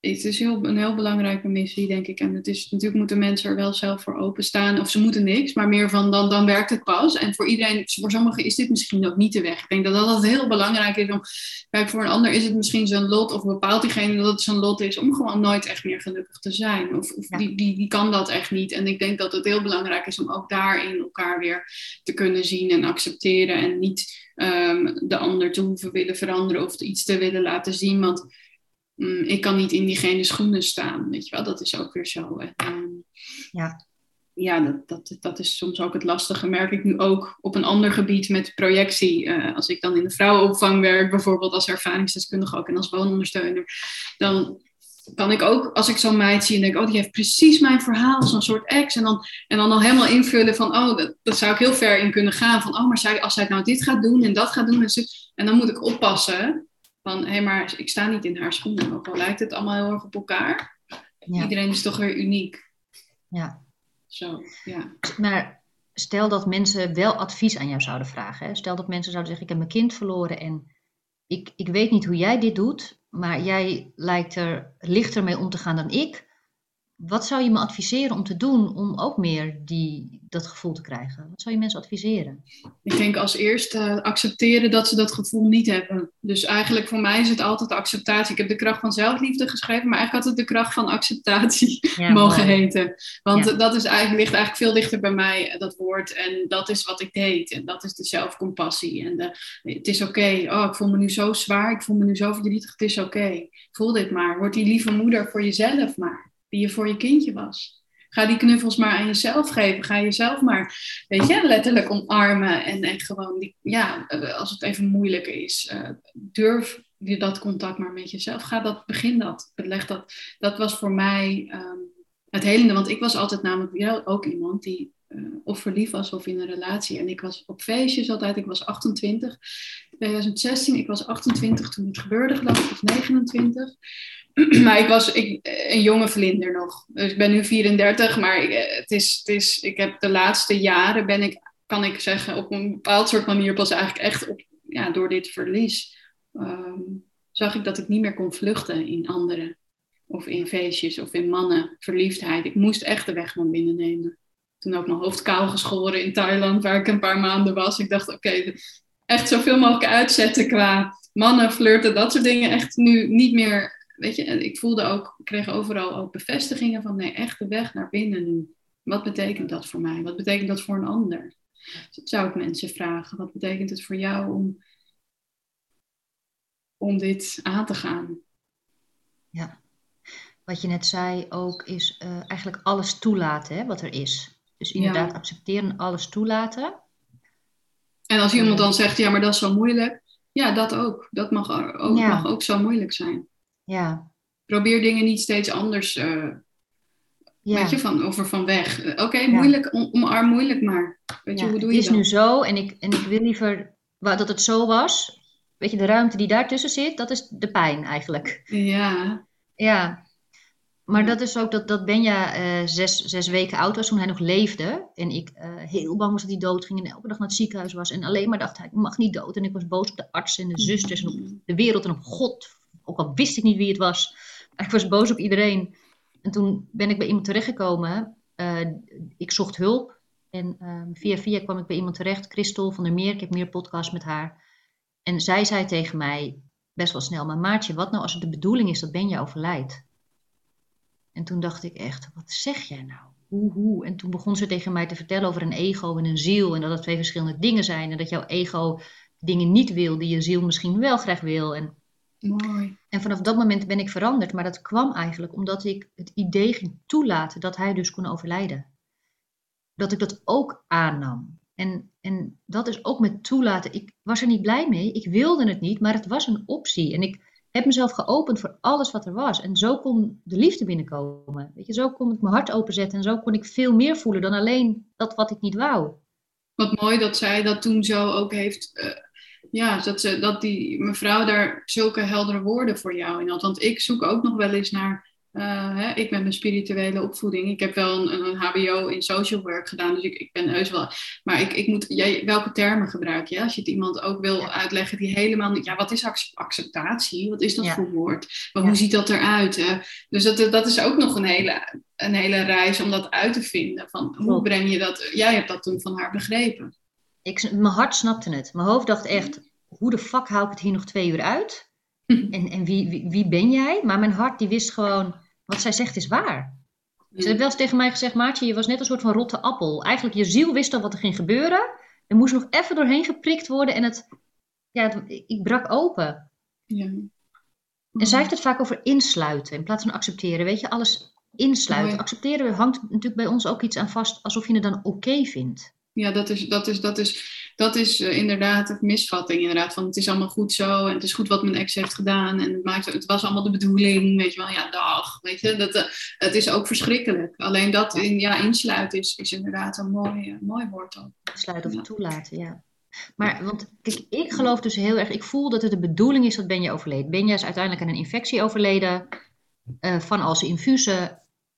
Speaker 2: het is heel, een heel belangrijke missie, denk ik. En het is, natuurlijk moeten mensen er wel zelf voor openstaan. Of ze moeten niks, maar meer van dan, dan werkt het pas. En voor iedereen, voor sommigen is dit misschien ook niet de weg. Ik denk dat dat altijd heel belangrijk is. Om, kijk, voor een ander is het misschien zijn lot. Of bepaalt diegene dat het zijn lot is om gewoon nooit echt meer gelukkig te zijn. Of, of
Speaker 1: Ja.
Speaker 2: die, die, die kan dat echt niet. En ik denk dat het heel belangrijk is om ook daarin elkaar weer te kunnen zien en accepteren. En niet um, de ander te hoeven willen veranderen of iets te willen laten zien. Want Mm, ik kan niet in diegene schoenen staan, weet je wel. Dat is ook weer zo. En, um,
Speaker 1: Ja.
Speaker 2: ja, dat, dat, dat is soms ook het lastige. Merk ik nu ook op een ander gebied met projectie. Uh, als ik dan in de vrouwenopvang werk, bijvoorbeeld als ervaringsdeskundige ook en als woonondersteuner. Dan kan ik ook, als ik zo'n meid zie en denk, oh, die heeft precies mijn verhaal, zo'n soort ex. En dan, en dan al helemaal invullen van, oh, dat, dat zou ik heel ver in kunnen gaan. Van, oh, maar zij, als zij nou dit gaat doen en dat gaat doen. En, zo, en dan moet ik oppassen. Van, hé, hey, maar ik sta niet in haar schoenen. Ook al lijkt het allemaal heel erg op elkaar. Ja. Iedereen is toch weer uniek.
Speaker 1: Ja.
Speaker 2: Zo, ja.
Speaker 1: Maar stel dat mensen wel advies aan jou zouden vragen. Hè? Stel dat mensen zouden zeggen, ik heb mijn kind verloren en ik, ik weet niet hoe jij dit doet, maar jij lijkt er lichter mee om te gaan dan ik. Wat zou je me adviseren om te doen om ook meer die, dat gevoel te krijgen? Wat zou je mensen adviseren?
Speaker 2: Ik denk als eerste uh, accepteren dat ze dat gevoel niet hebben. Dus eigenlijk voor mij is het altijd acceptatie. Ik heb de kracht van zelfliefde geschreven, maar eigenlijk had het de kracht van acceptatie ja, mogen mooi. heten. Want ja. dat is eigenlijk, ligt eigenlijk veel dichter bij mij, dat woord. En dat is wat ik deed. En dat is de zelfcompassie. En de, het is oké. Okay. Oh, ik voel me nu zo zwaar. Ik voel me nu zo verdrietig. Het is oké. Okay. Voel dit maar. Word die lieve moeder voor jezelf maar. Die je voor je kindje was. Ga die knuffels maar aan jezelf geven. Ga jezelf maar, weet je, letterlijk omarmen. En, en gewoon, die, ja, als het even moeilijk is, uh, durf je dat contact maar met jezelf. Ga dat, begin dat. Beleg dat. Dat was voor mij um, het helende. Want ik was altijd namelijk ja, ook iemand die uh, of verliefd was of in een relatie. En ik was op feestjes altijd. Ik was achtentwintig. twintig zestien, ik was achtentwintig toen het gebeurde, geloof ik, of negenentwintig. Maar ik was ik, een jonge vlinder nog. Dus ik ben nu vierendertig, maar ik, het is, het is, ik heb de laatste jaren ben ik, kan ik zeggen, op een bepaald soort manier pas eigenlijk echt op, ja, door dit verlies um, zag ik dat ik niet meer kon vluchten in anderen. Of in feestjes of in mannen, verliefdheid. Ik moest echt de weg naar binnen nemen. Toen ook mijn hoofd kaal geschoren in Thailand, waar ik een paar maanden was. Ik dacht, oké, okay, echt zoveel mogelijk uitzetten qua mannen, flirten, dat soort dingen. Echt nu niet meer. Weet je, ik voelde ook, ik kreeg overal ook bevestigingen van nee, echt de weg naar binnen nu. Wat betekent dat voor mij? Wat betekent dat voor een ander? Dus dat zou ik mensen vragen. Wat betekent het voor jou om, om dit aan te gaan?
Speaker 1: Ja, wat je net zei ook is uh, eigenlijk alles toelaten, hè, wat er is. Dus inderdaad ja. accepteren, alles toelaten.
Speaker 2: En als iemand dan zegt, ja, maar dat is zo moeilijk. Ja, dat ook. Dat mag ook, ja. mag ook zo moeilijk zijn.
Speaker 1: Ja.
Speaker 2: Probeer dingen niet steeds anders, uh, ja. weet je, van, over van weg. Uh, Oké, okay, moeilijk, ja. omarm moeilijk maar. Weet je,
Speaker 1: ja,
Speaker 2: hoe doe
Speaker 1: het
Speaker 2: je
Speaker 1: is
Speaker 2: dat?
Speaker 1: nu zo en ik, en ik wil liever dat het zo was. Weet je, de ruimte die daartussen zit, dat is de pijn eigenlijk.
Speaker 2: Ja.
Speaker 1: Ja. Maar ja. dat is ook, dat, dat Benja uh, zes, zes weken oud was toen hij nog leefde. En ik uh, heel bang was dat hij dood ging en elke dag naar het ziekenhuis was. En alleen maar dacht, hij mag niet dood. En ik was boos op de arts en de zusters en op de wereld en op God. Ook al wist ik niet wie het was. Ik was boos op iedereen. En toen ben ik bij iemand terechtgekomen. Uh, ik zocht hulp. En uh, via via kwam ik bij iemand terecht. Christel van der Meer. Ik heb meer podcasts met haar. En zij zei tegen mij best wel snel. Maar Maartje, wat nou als het de bedoeling is dat Benja overlijdt? En toen dacht ik echt, wat zeg jij nou? Hoe, hoe? En toen begon ze tegen mij te vertellen over een ego en een ziel. En dat het twee verschillende dingen zijn. En dat jouw ego dingen niet wil die je ziel misschien wel graag wil. En
Speaker 2: Mooi.
Speaker 1: En vanaf dat moment ben ik veranderd. Maar dat kwam eigenlijk omdat ik het idee ging toelaten dat hij dus kon overlijden. Dat ik dat ook aannam. En, en dat is ook met toelaten. Ik was er niet blij mee. Ik wilde het niet, maar het was een optie. En ik heb mezelf geopend voor alles wat er was. En zo kon de liefde binnenkomen. Weet je, zo kon ik mijn hart openzetten. En zo kon ik veel meer voelen dan alleen dat wat ik niet wou.
Speaker 2: Wat mooi dat zij dat toen zo ook heeft... Uh... Ja, dat, ze, dat die mevrouw daar zulke heldere woorden voor jou in had. Want ik zoek ook nog wel eens naar Uh, hè, ik met mijn spirituele opvoeding. Ik heb wel een, een H B O in social work gedaan, dus ik, ik ben heus wel. Maar ik, ik moet, jij, welke termen gebruik je? Als je het iemand ook wil
Speaker 1: Ja.
Speaker 2: uitleggen die helemaal niet. Ja, wat is acceptatie? Wat is dat
Speaker 1: Ja.
Speaker 2: voor woord? Maar
Speaker 1: Ja.
Speaker 2: hoe ziet dat eruit? Uh, dus dat, dat is ook nog een hele, een hele reis om dat uit te vinden. Van, hoe breng je dat? Jij hebt dat toen van haar begrepen.
Speaker 1: Ik, mijn hart snapte het. Mijn hoofd dacht echt, hoe de fuck hou ik het hier nog twee uur uit? En, en wie, wie, wie ben jij? Maar mijn hart die wist gewoon, wat zij zegt is waar. Ze heeft wel eens tegen mij gezegd, Maartje, je was net een soort van rotte appel. Eigenlijk, je ziel wist al wat er ging gebeuren. Er moest nog even doorheen geprikt worden en het, ja, het, ik brak open.
Speaker 2: Ja.
Speaker 1: En zij heeft het vaak over insluiten in plaats van accepteren. Weet je, alles insluiten.
Speaker 2: Mooi.
Speaker 1: Accepteren hangt natuurlijk bij ons ook iets aan vast, alsof je het dan oké vindt.
Speaker 2: Ja, dat is, dat is, dat is, dat is uh, inderdaad een misvatting. Inderdaad, van het is allemaal goed zo en het is goed wat mijn ex heeft gedaan en het, maakt, het was allemaal de bedoeling, weet je wel. Ja, dag, weet je. Dat, uh, het is ook verschrikkelijk. Alleen dat in, ja, insluiten is, is inderdaad een mooi, uh, mooi woord ook.
Speaker 1: Insluiten of
Speaker 2: Ja.
Speaker 1: toelaten, ja. Maar, want kijk, ik geloof dus heel erg, ik voel dat het de bedoeling is dat Benja overleed. Benja is uiteindelijk aan een infectie overleden, uh, van al zijn infusen.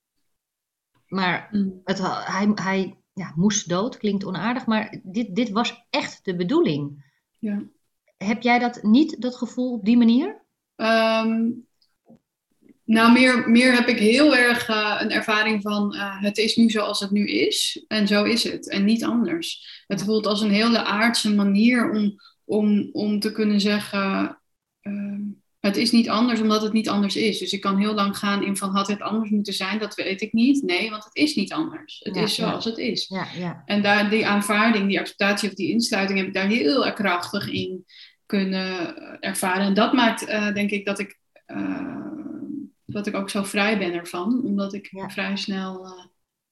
Speaker 1: Maar
Speaker 2: Mm.
Speaker 1: het, hij, hij ja, moest dood, klinkt onaardig, maar dit, dit was echt de bedoeling.
Speaker 2: Ja.
Speaker 1: Heb jij dat niet, dat gevoel op die manier?
Speaker 2: Um, nou, meer, meer heb ik heel erg uh, een ervaring van uh, het is nu zoals het nu is en zo is het en niet anders. Het
Speaker 1: Ja.
Speaker 2: voelt als een hele aardse manier om, om, om te kunnen zeggen uh, het is niet anders omdat het niet anders is. Dus ik kan heel lang gaan in van had het anders moeten zijn, dat weet ik niet. Nee, want het is niet anders. Het
Speaker 1: Ja,
Speaker 2: is zoals
Speaker 1: ja.
Speaker 2: het is.
Speaker 1: Ja, ja.
Speaker 2: En daar, die aanvaarding, die acceptatie of die insluiting heb ik daar heel erg krachtig in kunnen ervaren. En dat maakt uh, denk ik dat ik, uh, dat ik ook zo vrij ben ervan. Omdat ik
Speaker 1: Ja.
Speaker 2: vrij snel uh,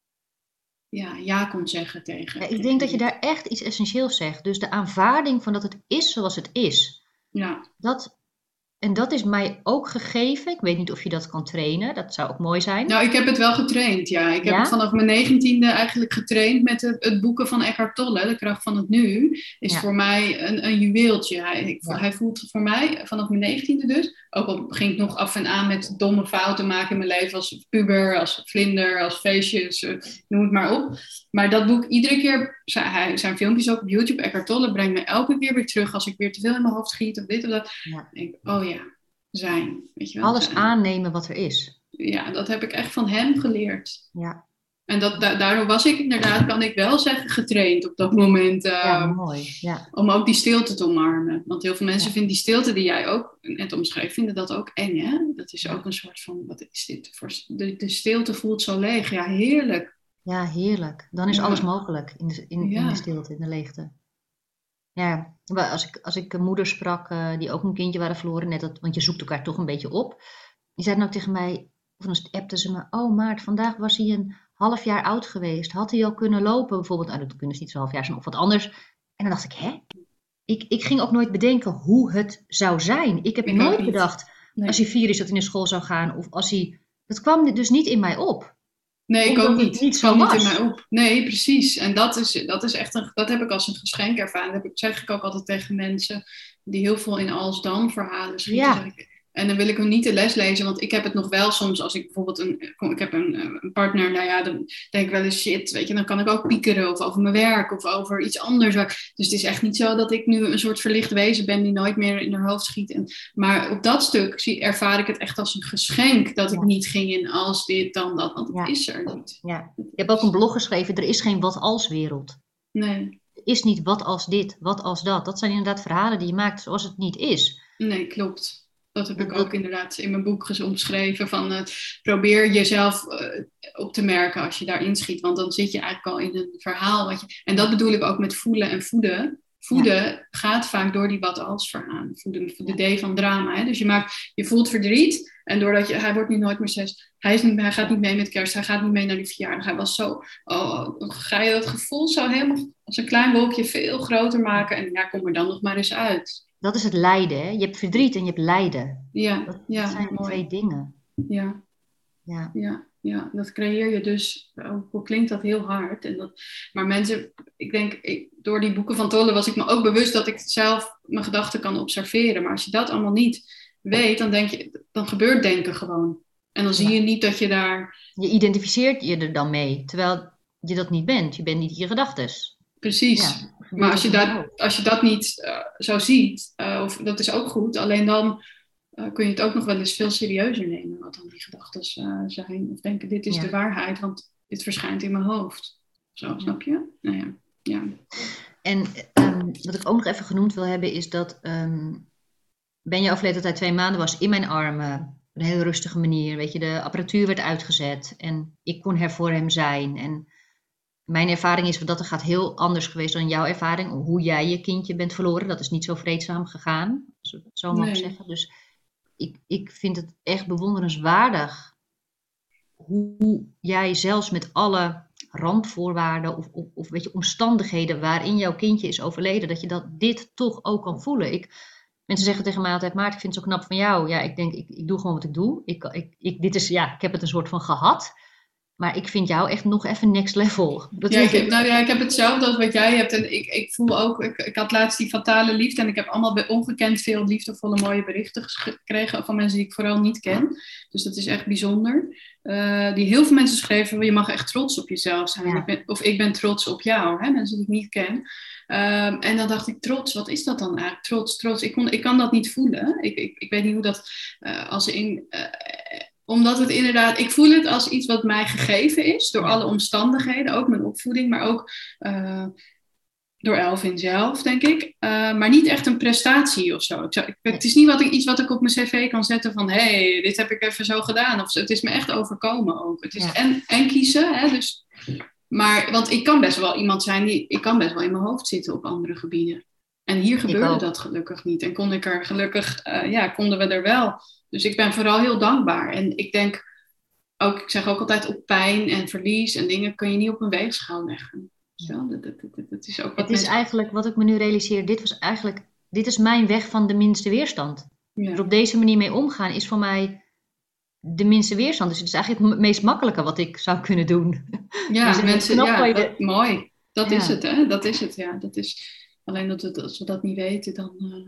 Speaker 2: ja, ja kon zeggen tegen.
Speaker 1: Ja, ik
Speaker 2: tegen
Speaker 1: denk dat je
Speaker 2: dit.
Speaker 1: daar echt iets essentieels zegt. Dus de aanvaarding van dat het is zoals het is.
Speaker 2: Ja.
Speaker 1: Dat, en dat is mij ook gegeven. Ik weet niet of je dat kan trainen. Dat zou ook mooi zijn.
Speaker 2: Nou, ik heb het wel getraind, ja. Ik heb
Speaker 1: Ja?
Speaker 2: het vanaf mijn negentiende eigenlijk getraind met het, het boeken van Eckhart Tolle. De kracht van het nu is
Speaker 1: Ja.
Speaker 2: voor mij een, een juweeltje. Hij, ik,
Speaker 1: Ja.
Speaker 2: hij voelt voor mij vanaf mijn negentiende dus. Ook al ging ik nog af en aan met domme fouten maken in mijn leven. Als puber, als vlinder, als feestjes, uh, noem het maar op. Maar dat boek iedere keer, zijn, zijn filmpjes ook op YouTube. Eckhart Tolle brengt me elke keer weer terug als ik weer te veel in mijn hoofd schiet of dit of dat.
Speaker 1: Ja.
Speaker 2: Dan denk ik, oh ja, zijn. Weet je wel,
Speaker 1: Alles
Speaker 2: zijn.
Speaker 1: aannemen wat er is.
Speaker 2: Ja, dat heb ik echt van hem geleerd.
Speaker 1: Ja,
Speaker 2: En dat, da- daardoor was ik inderdaad, kan ik wel zeggen, getraind op dat moment. Uh,
Speaker 1: ja mooi. Ja.
Speaker 2: Om ook die stilte te omarmen. Want heel veel mensen
Speaker 1: Ja.
Speaker 2: vinden die stilte die jij ook net omschreef, vinden dat ook eng. Hè? Dat is
Speaker 1: Ja.
Speaker 2: ook een soort van, wat is dit? Voor, de, de stilte voelt zo leeg. Ja, heerlijk.
Speaker 1: Ja, heerlijk. Dan is
Speaker 2: Ja.
Speaker 1: alles mogelijk in de, in, in
Speaker 2: Ja.
Speaker 1: de stilte, in de leegte. Ja, maar als ik, als ik een moeder sprak uh, die ook een kindje waren verloren, net dat, want je zoekt elkaar toch een beetje op. Die zei dan ook tegen mij, of dan appte ze me, oh Maart, vandaag was hij een half jaar oud geweest. Had hij al kunnen lopen bijvoorbeeld? Nou, dat kunnen ze niet zo'n half jaar zijn of wat anders. En dan dacht ik, hè? Ik, ik ging ook nooit bedenken hoe het zou zijn. Ik heb
Speaker 2: Ik ook
Speaker 1: nooit
Speaker 2: niet.
Speaker 1: bedacht,
Speaker 2: Nee.
Speaker 1: als hij vier is, dat hij naar school zou gaan. Of als hij... Dat kwam dus niet in mij op.
Speaker 2: Nee, ik
Speaker 1: Omdat
Speaker 2: ook
Speaker 1: het
Speaker 2: niet.
Speaker 1: niet
Speaker 2: Het
Speaker 1: zo
Speaker 2: kwam niet in
Speaker 1: was.
Speaker 2: mij op. Nee, precies. En dat is, dat is echt een, dat heb ik als een geschenk ervaren. Dat heb ik- zeg ik ook altijd tegen mensen die heel veel in als dan verhalen schieten.
Speaker 1: Ja.
Speaker 2: Zeg ik. En dan wil ik hun niet de les lezen, want ik heb het nog wel soms als ik bijvoorbeeld een, ik heb een, een partner, nou ja, dan denk ik wel eens shit, weet je, dan kan ik ook piekeren of over mijn werk of over iets anders. Dus het is echt niet zo dat ik nu een soort verlicht wezen ben die nooit meer in haar hoofd schiet. En, maar op dat stuk zie, ervaar ik het echt als een geschenk dat ik
Speaker 1: Ja.
Speaker 2: niet ging in als dit, dan dat, want het
Speaker 1: Ja.
Speaker 2: is er niet.
Speaker 1: Ja. Ik heb ook een blog geschreven, er is geen wat als wereld.
Speaker 2: Nee.
Speaker 1: Er is niet wat als dit, wat als dat. Dat zijn inderdaad verhalen die je maakt zoals het niet is.
Speaker 2: Nee, klopt. Dat heb
Speaker 1: Dat-
Speaker 2: ik
Speaker 1: dat-
Speaker 2: ook inderdaad in mijn boek ges- omschreven. Van, uh, probeer jezelf uh, op te merken als je daarin schiet. Want dan zit je eigenlijk al in een verhaal. Wat je, en dat bedoel ik ook met voelen en voeden. Voeden gaat vaak door die wat als verhaal. Voeden, de D van drama. Hè? Dus je, maakt, je voelt verdriet. En doordat je, hij wordt nu nooit meer zes. Hij, is niet, hij gaat niet mee met kerst. Hij gaat niet mee naar die verjaardag. Hij was zo. Oh, dan ga je dat gevoel zo helemaal als een klein wolkje veel groter maken. En ja, kom er dan nog maar eens uit.
Speaker 1: Dat is het lijden. Hè? Je hebt verdriet en je hebt lijden.
Speaker 2: Ja,
Speaker 1: Dat,
Speaker 2: ja,
Speaker 1: dat zijn
Speaker 2: mooi.
Speaker 1: twee dingen.
Speaker 2: Ja.
Speaker 1: Ja.
Speaker 2: Ja, ja, dat creëer je dus, ook al klinkt dat heel hard. En dat, maar mensen, ik denk, ik, door die boeken van Tolle was ik me ook bewust dat ik zelf mijn gedachten kan observeren. Maar als je dat allemaal niet weet, dan denk je, dan gebeurt denken gewoon. En dan zie
Speaker 1: Ja.
Speaker 2: je niet dat je daar...
Speaker 1: Je identificeert je er dan mee, terwijl je dat niet bent. Je bent niet je gedachtes.
Speaker 2: Precies.
Speaker 1: Ja, wat
Speaker 2: Maar
Speaker 1: gebeurt
Speaker 2: als
Speaker 1: er
Speaker 2: je
Speaker 1: in je
Speaker 2: dat,
Speaker 1: hoofd?
Speaker 2: als je dat niet uh, zo ziet, uh, of dat is ook goed, alleen dan uh, kun je het ook nog wel eens veel serieuzer nemen, wat dan die gedachten uh, zijn. Of denken, dit is
Speaker 1: Ja.
Speaker 2: de waarheid, want dit verschijnt in mijn hoofd. Zo,
Speaker 1: Ja.
Speaker 2: snap je? Nou ja. Ja.
Speaker 1: En um, wat ik ook nog even genoemd wil hebben, is dat um, Benja overleed dat hij twee maanden was in mijn armen. Op een hele rustige manier. Weet je, de apparatuur werd uitgezet en ik kon er voor hem zijn. En mijn ervaring is dat het gaat heel anders geweest dan jouw ervaring. Hoe jij je kindje bent verloren, dat is niet zo vreedzaam gegaan, als ik het zo mag
Speaker 2: Nee.
Speaker 1: zeggen. Dus ik, ik vind het echt bewonderenswaardig hoe jij zelfs met alle randvoorwaarden of, of, of weet je, omstandigheden waarin jouw kindje is overleden, dat je dat dit toch ook kan voelen. Ik, mensen zeggen tegen mij altijd, Maarten, ik vind het zo knap van jou. Ja, ik denk, ik, ik doe gewoon wat ik doe. Ik, ik, ik, dit is, ja, ik heb het een soort van gehad. Maar ik vind jou echt nog even next level. Dat
Speaker 2: Ja,
Speaker 1: is
Speaker 2: ik heb, nou ja, ik heb hetzelfde als wat jij hebt. En ik, ik voel ook, ik, ik had laatst die fatale liefde. En ik heb allemaal be- ongekend veel liefdevolle mooie berichten gekregen van mensen die ik vooral niet ken. Dus dat is echt bijzonder. Uh, die heel veel mensen schreven, je mag echt trots op jezelf zijn.
Speaker 1: Ja.
Speaker 2: Ik ben, of ik ben trots op jou, hè? Mensen die ik niet ken. Um, en dan dacht ik, trots, wat is dat dan eigenlijk? Trots, trots. Ik, kon, ik kan dat niet voelen. Ik, ik, ik weet niet hoe dat, uh, als in... Uh, omdat het inderdaad, ik voel het als iets wat mij gegeven is door alle omstandigheden, ook mijn opvoeding, maar ook uh, door Elvin zelf, denk ik. Uh, maar niet echt een prestatie of zo. Ik, het is niet wat ik, iets wat ik op mijn cv kan zetten van, hé, hey, dit heb ik even zo gedaan. Of zo. Het is me echt overkomen ook. Het is ja. en, en kiezen, hè, dus, maar, want ik kan best wel iemand zijn, die, ik kan best wel in mijn hoofd zitten op andere gebieden. En hier gebeurde dat gelukkig niet. En kon ik er gelukkig, uh, ja, konden we er wel. Dus ik ben vooral heel dankbaar. En ik denk ook, ik zeg ook altijd op pijn en verlies en dingen kun je niet op een weegschaal leggen. Zo, dat, dat, dat, dat is ook wat
Speaker 1: het is
Speaker 2: mensen...
Speaker 1: eigenlijk, wat ik me nu realiseer, dit was eigenlijk, dit is mijn weg van de minste weerstand. Ja. Dus op deze manier mee omgaan is voor mij de minste weerstand. Dus het is eigenlijk het meest makkelijke wat ik zou kunnen doen.
Speaker 2: Ja, mensen, mensen ja,
Speaker 1: je
Speaker 2: dat,
Speaker 1: de...
Speaker 2: mooi. Dat
Speaker 1: ja.
Speaker 2: is het, hè? Dat is het, ja. Dat is, alleen dat het, als we dat niet weten, dan... Uh...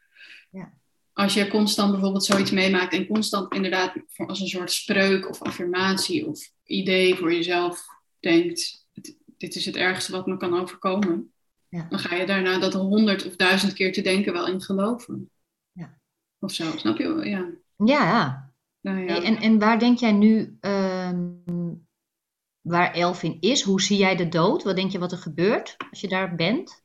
Speaker 2: Ja. Als je constant bijvoorbeeld zoiets meemaakt en constant inderdaad als een soort spreuk of affirmatie of idee voor jezelf denkt, dit is het ergste wat me kan overkomen, ja. Dan ga je daarna dat honderd of duizend keer te denken wel in geloven. Ja. Of zo, snap je? Ja.
Speaker 1: Ja. Nou ja. Hey, en, en waar denk jij nu, um, waar Elvin is? Hoe zie jij de dood? Wat denk je wat er gebeurt als je daar bent?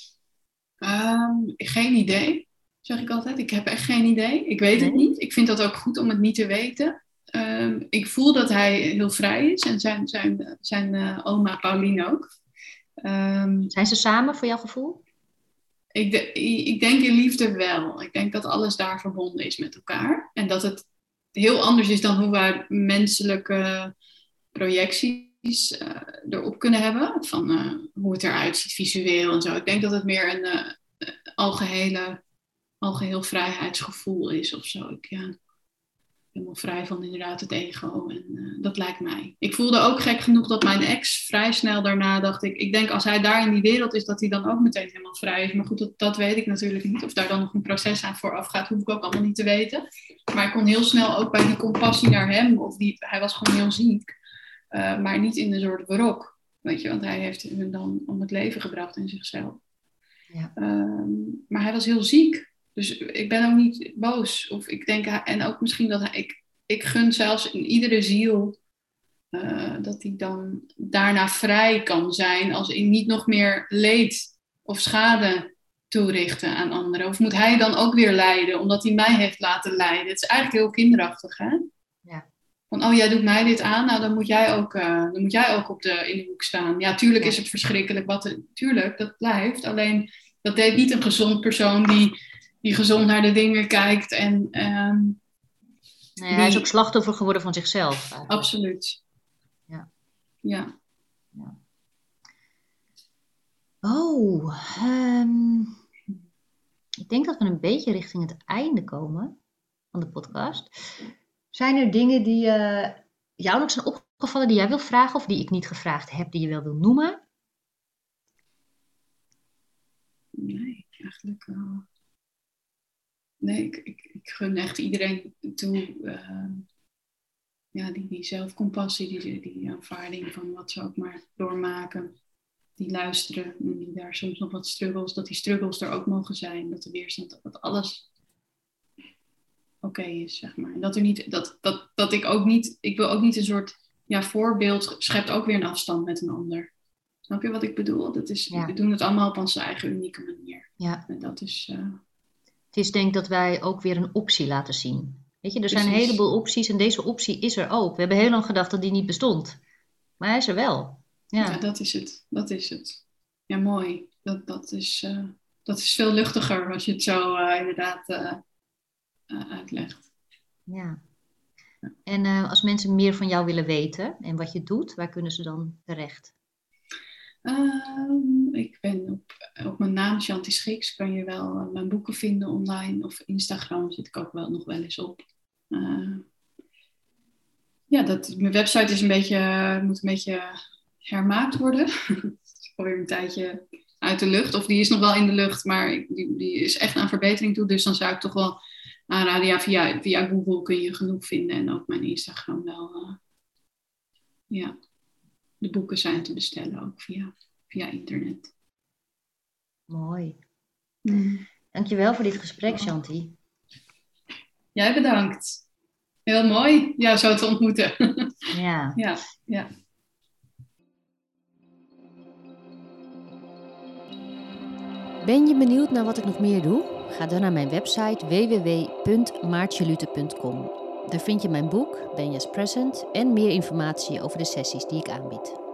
Speaker 2: Um, geen idee. Zeg ik altijd. Ik heb echt geen idee. Ik weet nee. het niet. Ik vind dat ook goed om het niet te weten. Um, ik voel dat hij heel vrij is. En zijn, zijn, zijn uh, oma Pauline ook.
Speaker 1: Um, Zijn ze samen voor jouw gevoel?
Speaker 2: Ik, de, ik denk in liefde wel. Ik denk dat alles daar verbonden is met elkaar. En dat het heel anders is dan hoe wij menselijke projecties uh, erop kunnen hebben. Van uh, hoe het eruit ziet visueel en zo. Ik denk dat het meer een uh, algehele, algeheel vrijheidsgevoel is of zo. Ik, ja, helemaal vrij van inderdaad het ego. En uh, dat lijkt mij. Ik voelde ook gek genoeg dat mijn ex vrij snel daarna dacht ik... Ik denk als hij daar in die wereld is, dat hij dan ook meteen helemaal vrij is. Maar goed, dat, dat weet ik natuurlijk niet. Of daar dan nog een proces aan vooraf gaat, hoef ik ook allemaal niet te weten. Maar ik kon heel snel ook bij die compassie naar hem... Of die, hij was gewoon heel ziek. Uh, maar niet in een soort barok. Weet je, want hij heeft hem dan om het leven gebracht in zichzelf. Ja. Um, maar hij was heel ziek. Dus ik ben ook niet boos. Of ik denk, en ook misschien dat hij, ik, ik gun zelfs in iedere ziel uh, dat hij dan daarna vrij kan zijn. Als in niet nog meer leed of schade toerichten aan anderen. Of moet hij dan ook weer lijden, omdat hij mij heeft laten lijden. Het is eigenlijk heel kinderachtig, hè? Ja. Van, oh, jij doet mij dit aan, nou dan moet jij ook, uh, dan moet jij ook op de, in de hoek staan. Ja, tuurlijk ja. is het verschrikkelijk. Wat er, tuurlijk, dat blijft. Alleen, dat deed niet een gezond persoon die... die gezond naar de dingen kijkt. En, um,
Speaker 1: nee, die... Hij is ook slachtoffer geworden van zichzelf. Eigenlijk.
Speaker 2: Absoluut.
Speaker 1: Ja.
Speaker 2: Ja.
Speaker 1: ja. Oh, um, ik denk dat we een beetje richting het einde komen van de podcast. Zijn er dingen die uh, jou nog zijn opgevallen, die jij wil vragen of die ik niet gevraagd heb, die je wel wil noemen?
Speaker 2: Nee, eigenlijk wel. Uh... Nee, ik, ik, ik gun echt iedereen toe uh, ja, die, die zelfcompassie, die, die aanvaarding van wat ze ook maar doormaken. Die luisteren en die daar soms nog wat struggles, dat die struggles er ook mogen zijn. Dat de weerstand, dat alles oké okay is, zeg maar. En dat er niet, dat, dat, dat ik ook niet, ik wil ook niet een soort, ja, voorbeeld schept ook weer een afstand met een ander. Snap je wat ik bedoel? Dat is, ja. We doen het allemaal op onze eigen unieke manier.
Speaker 1: Ja.
Speaker 2: En dat is... Uh...
Speaker 1: Het is denk ik dat wij ook weer een optie laten zien. Weet je, er zijn
Speaker 2: Precies.
Speaker 1: een heleboel opties en deze optie is er ook. We hebben heel lang gedacht dat die niet bestond. Maar hij is er wel. Ja,
Speaker 2: ja dat is het. Dat is het. Ja, mooi. Dat, dat, is, uh, dat is veel luchtiger als je het zo uh, inderdaad uh, uh, uitlegt.
Speaker 1: Ja. En uh, als mensen meer van jou willen weten en wat je doet, waar kunnen ze dan terecht?
Speaker 2: Um, ik ben op, op mijn naam, Shanti Schiks, kan je wel uh, mijn boeken vinden online. Of Instagram zit ik ook wel nog wel eens op. Uh, ja, dat, mijn website is een beetje, uh, moet een beetje hermaakt worden. Het is alweer een tijdje uit de lucht. Of die is nog wel in de lucht, maar die, die is echt aan verbetering toe. Dus dan zou ik toch wel aanraden. Ja, via, via Google kun je genoeg vinden. En ook mijn Instagram wel. Uh, ja. De boeken zijn te bestellen ook via, via internet.
Speaker 1: Mooi.
Speaker 2: Mm.
Speaker 1: Dankjewel voor dit gesprek, Shanti.
Speaker 2: Jij bedankt. Heel mooi, jou zo te ontmoeten.
Speaker 1: Ja.
Speaker 2: ja, ja.
Speaker 1: Ben je benieuwd naar wat ik nog meer doe? Ga dan naar mijn website w w w punt maartjelute punt com. Daar vind je mijn boek, Benja's Present, en meer informatie over de sessies die ik aanbied.